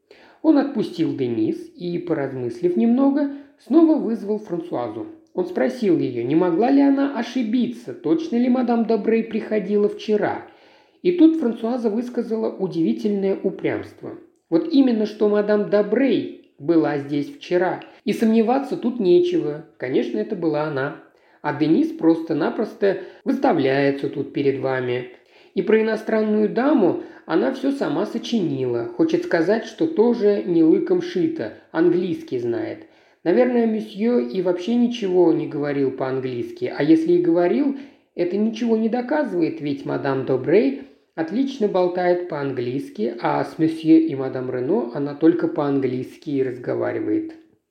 Он отпустил Денис и, поразмыслив немного, снова вызвал Франсуазу. Он спросил ее, не могла ли она ошибиться, точно ли мадам Добрей приходила вчера. И тут Франсуаза высказала удивительное упрямство. Вот именно, что мадам Добрей была здесь вчера. И сомневаться тут нечего. Конечно, это была она. А Денис просто-напросто выставляется тут перед вами. И про иностранную даму она все сама сочинила. Хочет сказать, что тоже не лыком шито, английский знает. Наверное, месье и вообще ничего не говорил по-английски. А если и говорил, это ничего не доказывает, ведь мадам Добрей отлично болтает по-английски, а с месье и мадам Рено она только по-английски и разговаривает.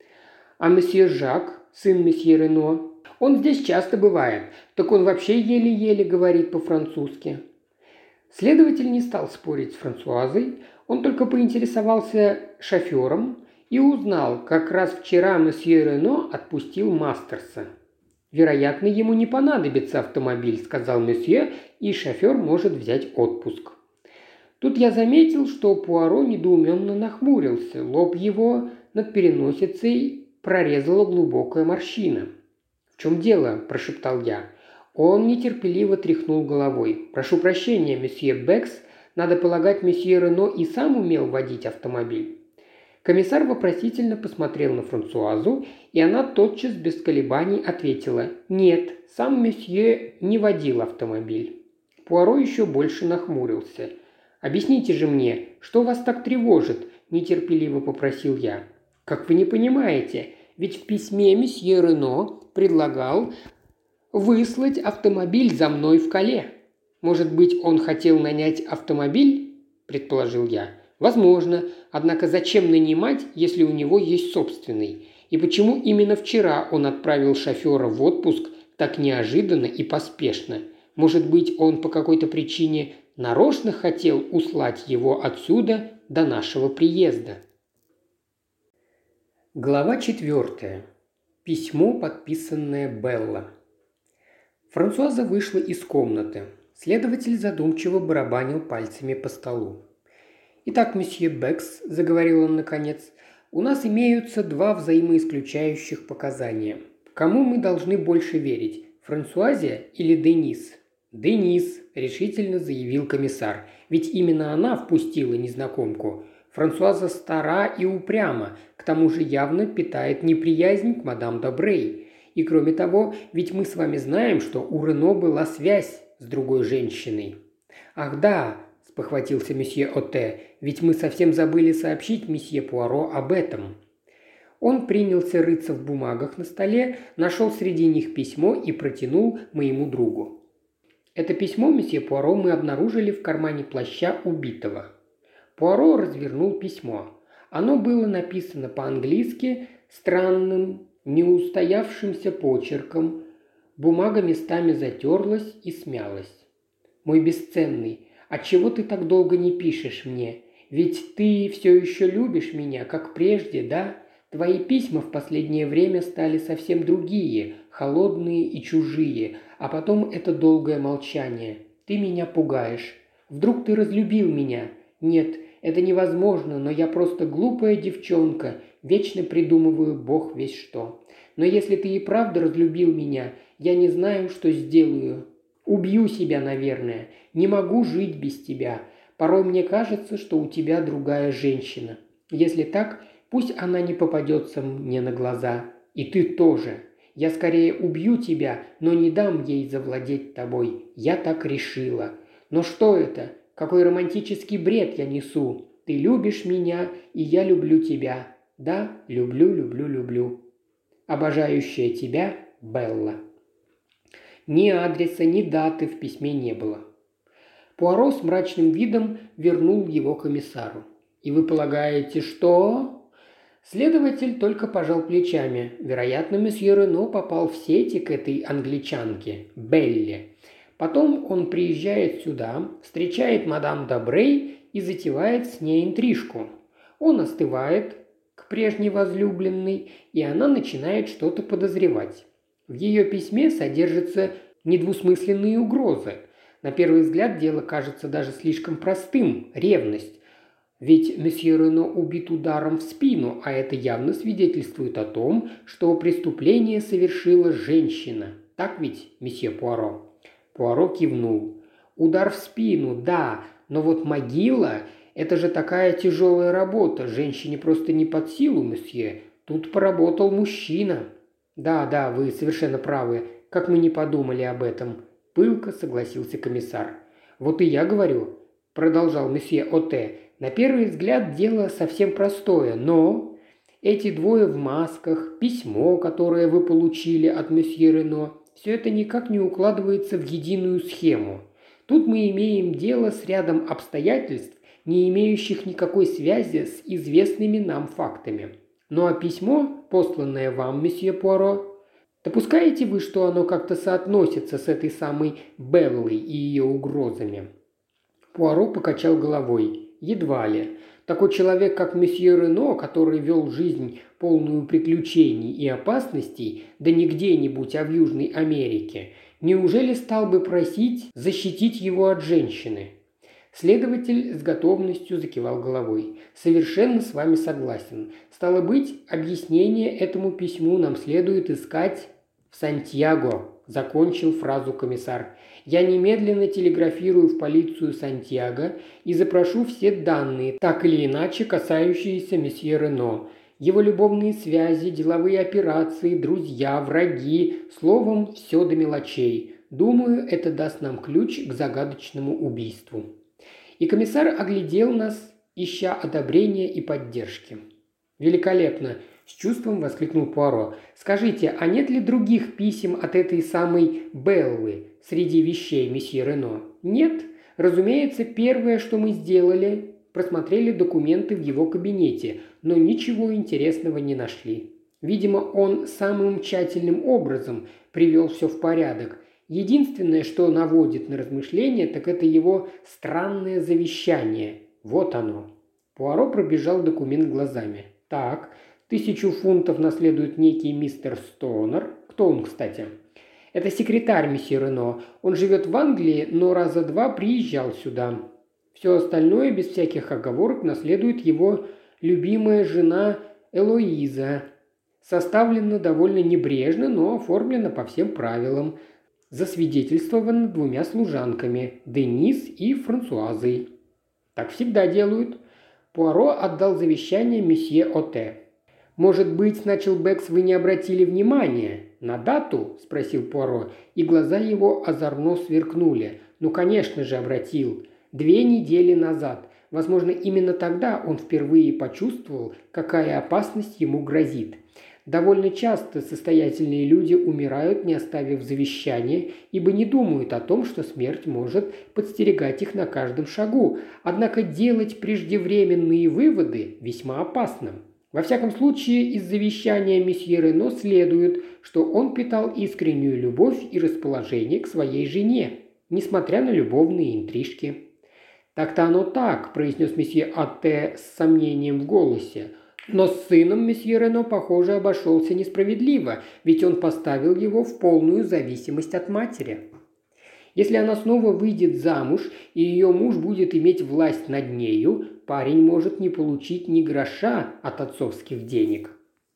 А месье Жак, сын месье Рено, он здесь часто бывает, так он вообще еле-еле говорит по-французски. Следователь не стал спорить с Франсуазой, он только поинтересовался шофером и узнал, как раз вчера месье Рено отпустил Мастерса. «Вероятно, ему не понадобится автомобиль», – сказал месье, – «и шофер может взять отпуск». Тут я заметил, что Пуаро недоуменно нахмурился, лоб его над переносицей прорезала глубокая морщина. «В чем дело?» – прошептал я. Он нетерпеливо тряхнул головой. «Прошу прощения, месье Бекс, надо полагать, месье Рено и сам умел водить автомобиль». Комиссар вопросительно посмотрел на Франсуазу, и она тотчас без колебаний ответила: «Нет, сам месье не водил автомобиль». Пуаро еще больше нахмурился. «Объясните же мне, что вас так тревожит?» – нетерпеливо попросил я. «Как вы не понимаете, ведь в письме месье Рено предлагал выслать автомобиль за мной в Кале. Может быть, он хотел нанять автомобиль?» – предположил я. «Возможно. Однако зачем нанимать, если у него есть собственный? И почему именно вчера он отправил шофера в отпуск так неожиданно и поспешно? Может быть, он по какой-то причине нарочно хотел услать его отсюда до нашего приезда?» Глава 4. Письмо, подписанное Белла. Франсуаза вышла из комнаты. Следователь задумчиво барабанил пальцами по столу. «Итак, месье Бекс», – заговорил он наконец, – «у нас имеются два взаимоисключающих показания. Кому мы должны больше верить, Франсуазе или Денис?» «Денис», – решительно заявил комиссар, – «ведь именно она впустила незнакомку. Франсуаза стара и упряма, к тому же явно питает неприязнь к мадам Добрей. И кроме того, ведь мы с вами знаем, что у Рено была связь с другой женщиной». «Ах да», – спохватился месье Оте, – «ведь мы совсем забыли сообщить месье Пуаро об этом». Он принялся рыться в бумагах на столе, нашел среди них письмо и протянул моему другу. «Это письмо, месье Пуаро, мы обнаружили в кармане плаща убитого». Пуаро развернул письмо. Оно было написано по-английски странным, неустоявшимся почерком. Бумага местами затерлась и смялась. «Мой бесценный, отчего ты так долго не пишешь мне? Ведь ты все еще любишь меня, как прежде, да? Твои письма в последнее время стали совсем другие, холодные и чужие, а потом это долгое молчание. Ты меня пугаешь. Вдруг ты разлюбил меня? Нет, это невозможно, но я просто глупая девчонка, вечно придумываю бог весь что. Но если ты и правда разлюбил меня, я не знаю, что сделаю. Убью себя, наверное. Не могу жить без тебя. Порой мне кажется, что у тебя другая женщина. Если так, пусть она не попадется мне на глаза. И ты тоже. Я скорее убью тебя, но не дам ей завладеть тобой. Я так решила. Но что это? Какой романтический бред я несу. Ты любишь меня, и я люблю тебя. Да, люблю, люблю, люблю. Обожающая тебя Белла. Ни адреса, ни даты в письме не было. Пуаро с мрачным видом вернул его комиссару. «И вы полагаете, что...» Следователь только пожал плечами. Вероятно, месье Рено попал в сети к этой англичанке, Белле. Потом он приезжает сюда, встречает мадам Добрей и затевает с ней интрижку. Он остывает к прежней возлюбленной, и она начинает что-то подозревать. В ее письме содержатся недвусмысленные угрозы. На первый взгляд дело кажется даже слишком простым – ревность. Ведь месье Рено убит ударом в спину, а это явно свидетельствует о том, что преступление совершила женщина. Так ведь, месье Пуаро? Пуаро кивнул. Удар в спину, да, но вот могила – это же такая тяжелая работа. Женщине просто не под силу, месье. Тут поработал мужчина. Да, вы совершенно правы. Как мы не подумали об этом. Пылко согласился комиссар. Вот и я говорю, продолжал месье Оте. На первый взгляд дело совсем простое, но эти двое в масках, письмо, которое вы получили от месье Рено, все это никак не укладывается в единую схему. Тут мы имеем дело с рядом обстоятельств, не имеющих никакой связи с известными нам фактами. Ну а письмо, посланное вам, месье Пуаро, допускаете вы, что оно как-то соотносится с этой самой Беллой и ее угрозами?» Пуаро покачал головой. Едва ли. Такой человек, как месье Рено, который вел жизнь полную приключений и опасностей, да не где-нибудь, а в Южной Америке, неужели стал бы просить защитить его от женщины? Следователь с готовностью закивал головой. «Совершенно с вами согласен. Стало быть, объяснение этому письму нам следует искать в Сантьяго», – закончил фразу комиссар. «Я немедленно телеграфирую в полицию Сантьяго и запрошу все данные, так или иначе касающиеся месье Рено. Его любовные связи, деловые операции, друзья, враги, словом, все до мелочей. Думаю, это даст нам ключ к загадочному убийству». И комиссар оглядел нас, ища одобрения и поддержки. «Великолепно!» – с чувством воскликнул Пуаро. «Скажите, а нет ли других писем от этой самой Беллы среди вещей месье Рено?» «Нет. Разумеется, первое, что мы сделали, просмотрели документы в его кабинете, но ничего интересного не нашли. Видимо, он самым тщательным образом привел все в порядок. Единственное, что наводит на размышления, так это его странное завещание. Вот оно». Пуаро пробежал документ глазами. «Так, 1000 фунтов наследует некий мистер Стонер. Кто он, кстати?» «Это секретарь месье Рено. Он живет в Англии, но раза два приезжал сюда. Все остальное, без всяких оговорок, наследует его любимая жена Элоиза. Составлено довольно небрежно, но оформлено по всем правилам. Засвидетельствовано 2 служанками – Денис и Франсуазой. Так всегда делают». Пуаро отдал завещание месье Оте. «Может быть, – начал Бэкс, – вы не обратили внимания на дату?» – спросил Пуаро, и глаза его озорно сверкнули. «Ну, конечно же, обратил. 2 недели назад. Возможно, именно тогда он впервые почувствовал, какая опасность ему грозит. Довольно часто состоятельные люди умирают, не оставив завещания, ибо не думают о том, что смерть может подстерегать их на каждом шагу. Однако делать преждевременные выводы весьма опасно. Во всяком случае, из завещания месье Рено следует, что он питал искреннюю любовь и расположение к своей жене, несмотря на любовные интрижки. «Так-то оно так», – произнес месье Атте с сомнением в голосе. «Но с сыном месье Рено, похоже, обошелся несправедливо, ведь он поставил его в полную зависимость от матери. Если она снова выйдет замуж, и ее муж будет иметь власть над нею, парень может не получить ни гроша от отцовских денег».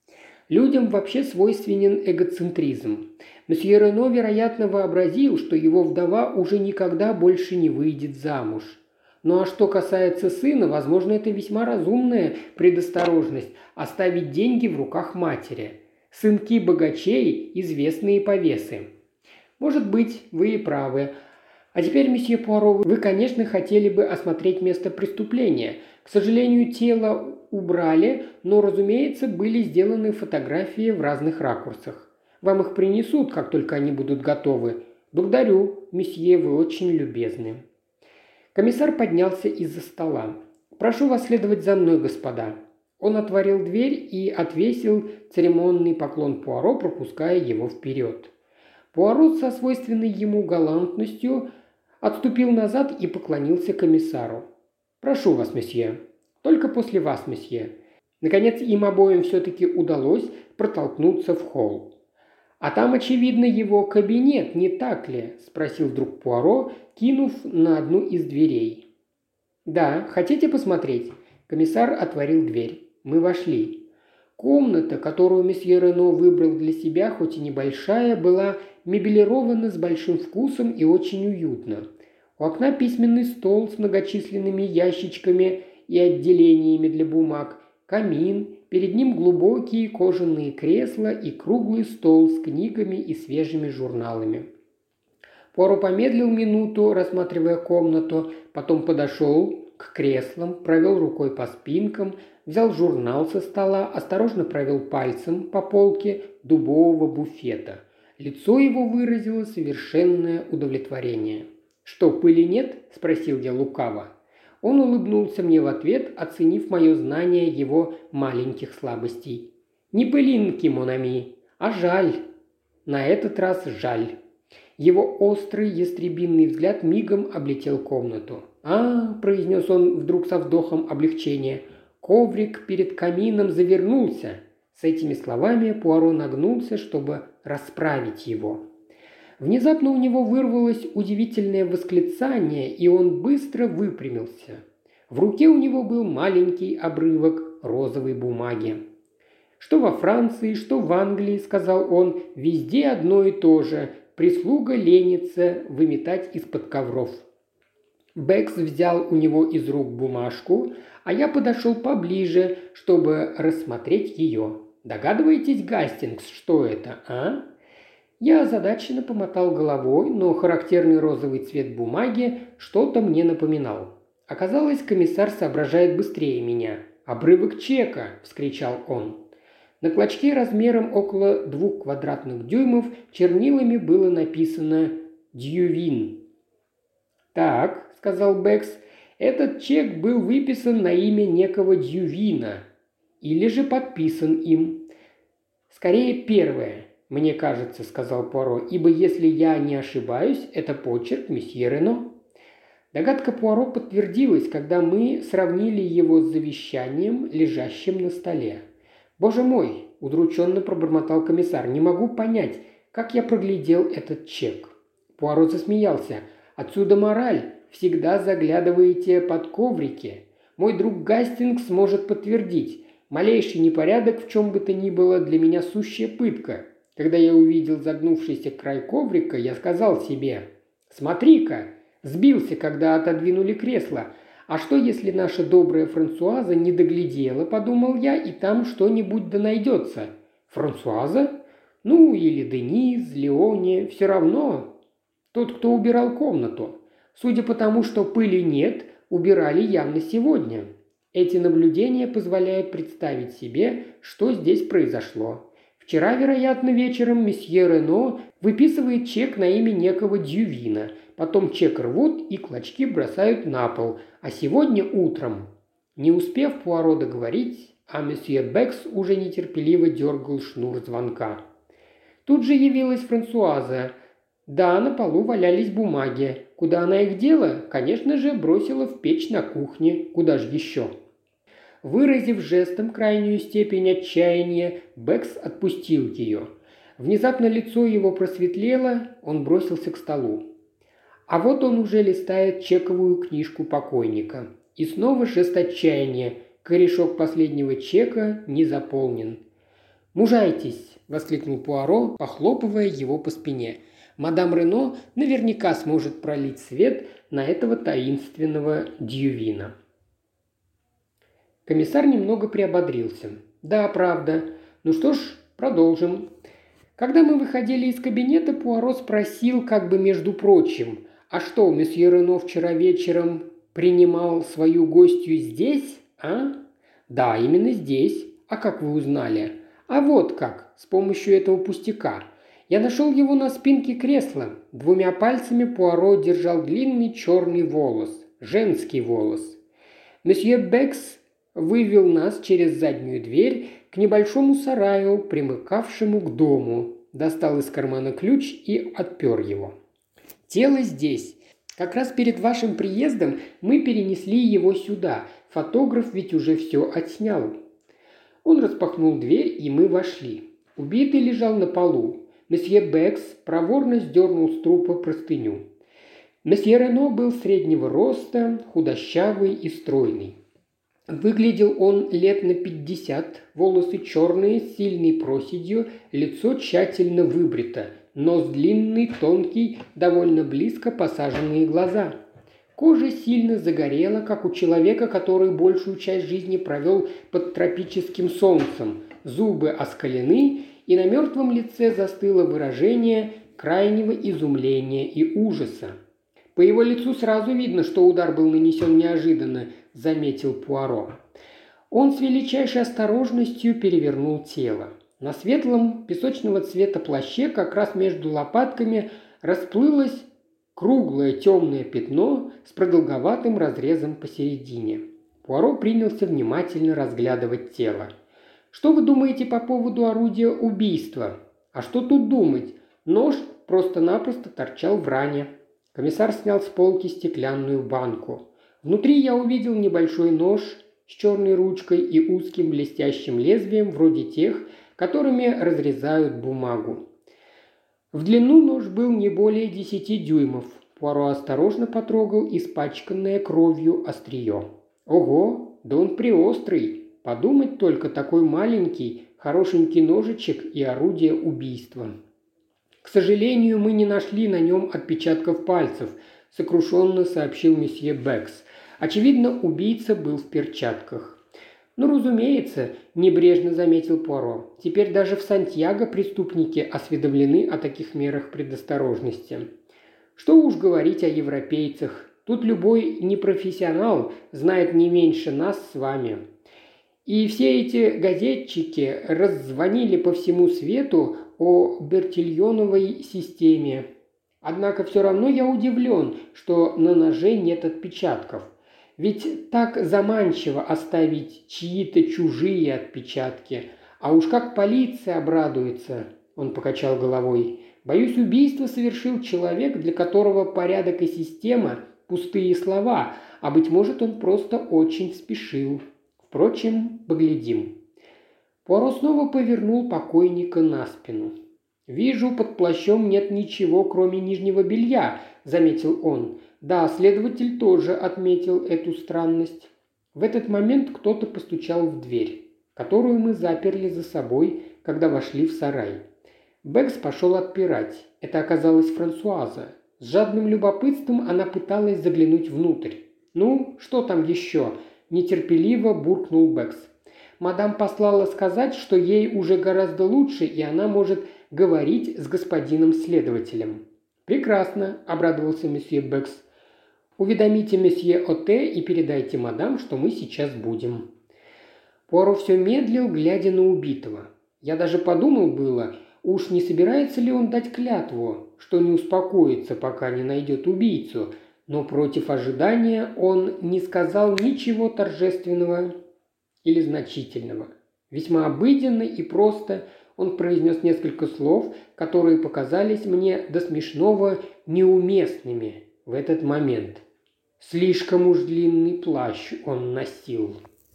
Людям вообще свойственен эгоцентризм. Месье Рено, вероятно, вообразил, что его вдова уже никогда больше не выйдет замуж. Ну а что касается сына, возможно, это весьма разумная предосторожность – оставить деньги в руках матери. Сынки богачей – известные повесы. Может быть, вы и правы. А теперь, месье Пуаро, вы, конечно, хотели бы осмотреть место преступления. К сожалению, тело убрали, но, разумеется, были сделаны фотографии в разных ракурсах. Вам их принесут, как только они будут готовы. Благодарю, месье, вы очень любезны. Комиссар поднялся из-за стола. «Прошу вас следовать за мной, господа». Он отворил дверь и отвесил церемонный поклон Пуаро, пропуская его вперед. Пуаро со свойственной ему галантностью отступил назад и поклонился комиссару. «Прошу вас, месье». «Только после вас, месье». Наконец им обоим все-таки удалось протолкнуться в холл. «А там, очевидно, его кабинет, не так ли?» – спросил вдруг Пуаро, кинув на одну из дверей. «Да, хотите посмотреть?» Комиссар отворил дверь. Мы вошли. Комната, которую месье Рено выбрал для себя, хоть и небольшая, была мебелирована с большим вкусом и очень уютно. У окна письменный стол с многочисленными ящичками и отделениями для бумаг, камин, перед ним глубокие кожаные кресла и круглый стол с книгами и свежими журналами. Пуаро помедлил минуту, рассматривая комнату, потом подошел к креслам, провел рукой по спинкам, взял журнал со стола, осторожно провел пальцем по полке дубового буфета. Лицо его выразило совершенное удовлетворение. «Что, пыли нет?» – спросил я лукаво. Он улыбнулся мне в ответ, оценив мое знание его маленьких слабостей. «Не пылинки, Монами, а жаль. На этот раз жаль». Его острый ястребиный взгляд мигом облетел комнату. Произнес он вдруг со вздохом облегчения, – коврик перед камином завернулся». С этими словами Пуаро нагнулся, чтобы расправить его. Внезапно у него вырвалось удивительное восклицание, и он быстро выпрямился. В руке у него был маленький обрывок розовой бумаги. «Что во Франции, что в Англии, – сказал он, – везде одно и то же. Прислуга ленится выметать из-под ковров». Бэкс взял у него из рук бумажку, а я подошел поближе, чтобы рассмотреть ее. «Догадываетесь, Гастингс, что это, а?» Я озадаченно помотал головой, но характерный розовый цвет бумаги что-то мне напоминал. Оказалось, комиссар соображает быстрее меня. «Обрывок чека!» – вскричал он. На клочке размером около 2 квадратных дюймов чернилами было написано «Дьювин». «Так», – сказал Бэкс, – «этот чек был выписан на имя некого Дьювина или же подписан им». «Скорее первое, мне кажется», – сказал Пуаро, – «ибо если я не ошибаюсь, это почерк месье Рено». Догадка Пуаро подтвердилась, когда мы сравнили его с завещанием, лежащим на столе. «Боже мой!» – удрученно пробормотал комиссар. «Не могу понять, как я проглядел этот чек». Пуаро засмеялся. «Отсюда мораль. Всегда заглядываете под коврики. Мой друг Гастингс может подтвердить. Малейший непорядок в чем бы то ни было для меня сущая пытка. Когда я увидел загнувшийся край коврика, я сказал себе: «Смотри-ка!» Сбился, когда отодвинули кресло. «А что, если наша добрая Франсуаза не доглядела?» – подумал я, – «и там что-нибудь да найдется». «Франсуаза? Ну, или Денис, Леоне, все равно. Тот, кто убирал комнату. Судя по тому, что пыли нет, убирали явно сегодня. Эти наблюдения позволяют представить себе, что здесь произошло. Вчера, вероятно, вечером месье Рено выписывает чек на имя некого Дьювина. Потом чек рвут и клочки бросают на пол. А сегодня утром...» Не успев Пуаро договорить, а месье Бекс уже нетерпеливо дергал шнур звонка. Тут же явилась Франсуаза. Да, на полу валялись бумаги. Куда она их дела? Конечно же, бросила в печь на кухне. Куда же еще? Выразив жестом крайнюю степень отчаяния, Бекс отпустил ее. Внезапно лицо его просветлело, он бросился к столу. А вот он уже листает чековую книжку покойника. И снова жест отчаяния. Корешок последнего чека не заполнен. «Мужайтесь!» – воскликнул Пуаро, похлопывая его по спине. «Мадам Рено наверняка сможет пролить свет на этого таинственного Дьювина». Комиссар немного приободрился. «Да, правда. Ну что ж, продолжим». Когда мы выходили из кабинета, Пуаро спросил, как бы между прочим, «А что, месье Рено вчера вечером принимал свою гостью здесь, а?» «Да, именно здесь. А как вы узнали?» «А вот как, с помощью этого пустяка. Я нашел его на спинке кресла. Двумя пальцами Пуаро держал длинный черный волос, женский волос. Месье Бекс вывел нас через заднюю дверь к небольшому сараю, примыкавшему к дому, достал из кармана ключ и отпер его. Тело здесь. Как раз перед вашим приездом мы перенесли его сюда. Фотограф ведь уже все отснял». Он распахнул дверь, и мы вошли. Убитый лежал на полу. Месье Бекс проворно сдернул с трупа простыню. Месье Рено был среднего роста, худощавый и стройный. Выглядел он лет на 50, волосы черные, с сильной проседью, лицо тщательно выбрито, нос длинный, тонкий, довольно близко посаженные глаза. Кожа сильно загорела, как у человека, который большую часть жизни провел под тропическим солнцем. Зубы оскалены, и на мертвом лице застыло выражение крайнего изумления и ужаса. «По его лицу сразу видно, что удар был нанесен неожиданно», – заметил Пуаро. Он с величайшей осторожностью перевернул тело. На светлом песочного цвета плаще как раз между лопатками расплылось круглое темное пятно с продолговатым разрезом посередине. Пуаро принялся внимательно разглядывать тело. «Что вы думаете по поводу орудия убийства?» «А что тут думать? Нож просто-напросто торчал в ране». Комиссар снял с полки стеклянную банку. Внутри я увидел небольшой нож с черной ручкой и узким блестящим лезвием, вроде тех, которыми разрезают бумагу. В длину нож был не более 10 дюймов. Пуаро осторожно потрогал испачканное кровью острие. «Ого, да он приострый! Подумать только, такой маленький, хорошенький ножичек и орудие убийства». «К сожалению, мы не нашли на нем отпечатков пальцев», – сокрушенно сообщил месье Бекс. «Очевидно, убийца был в перчатках». «Ну, разумеется», – небрежно заметил Пуаро. «Теперь даже в Сантьяго преступники осведомлены о таких мерах предосторожности. Что уж говорить о европейцах. Тут любой непрофессионал знает не меньше нас с вами. И все эти газетчики раззвонили по всему свету о Бертильоновой системе. Однако все равно я удивлен, что на ноже нет отпечатков. Ведь так заманчиво оставить чьи-то чужие отпечатки. А уж как полиция обрадуется», – он покачал головой. «Боюсь, убийство совершил человек, для которого порядок и система – пустые слова, а, быть может, он просто очень спешил. Впрочем, поглядим». Пуаро снова повернул покойника на спину. «Вижу, под плащом нет ничего, кроме нижнего белья», – заметил он. «Да, следователь тоже отметил эту странность». В этот момент кто-то постучал в дверь, которую мы заперли за собой, когда вошли в сарай. Бекс пошел отпирать. Это оказалась Франсуаза. С жадным любопытством она пыталась заглянуть внутрь. «Ну, что там еще?» – нетерпеливо буркнул Бекс. «Мадам послала сказать, что ей уже гораздо лучше, и она может говорить с господином следователем». «Прекрасно», – обрадовался месье Бекс. «Уведомите месье Оте и передайте мадам, что мы сейчас будем». Пуаро все медлил, глядя на убитого. Я даже подумал было, уж не собирается ли он дать клятву, что не успокоится, пока не найдет убийцу, но против ожидания он не сказал ничего торжественного или значительного. Весьма обыденно и просто он произнес несколько слов, которые показались мне до смешного неуместными в этот момент. Слишком уж длинный плащ он носил.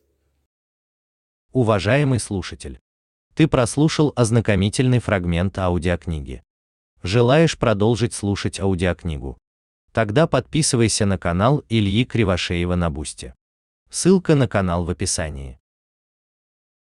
Уважаемый слушатель, ты прослушал ознакомительный фрагмент аудиокниги. Желаешь продолжить слушать аудиокнигу? Тогда подписывайся на канал Ильи Кривошеева на Бусти. Ссылка на канал в описании.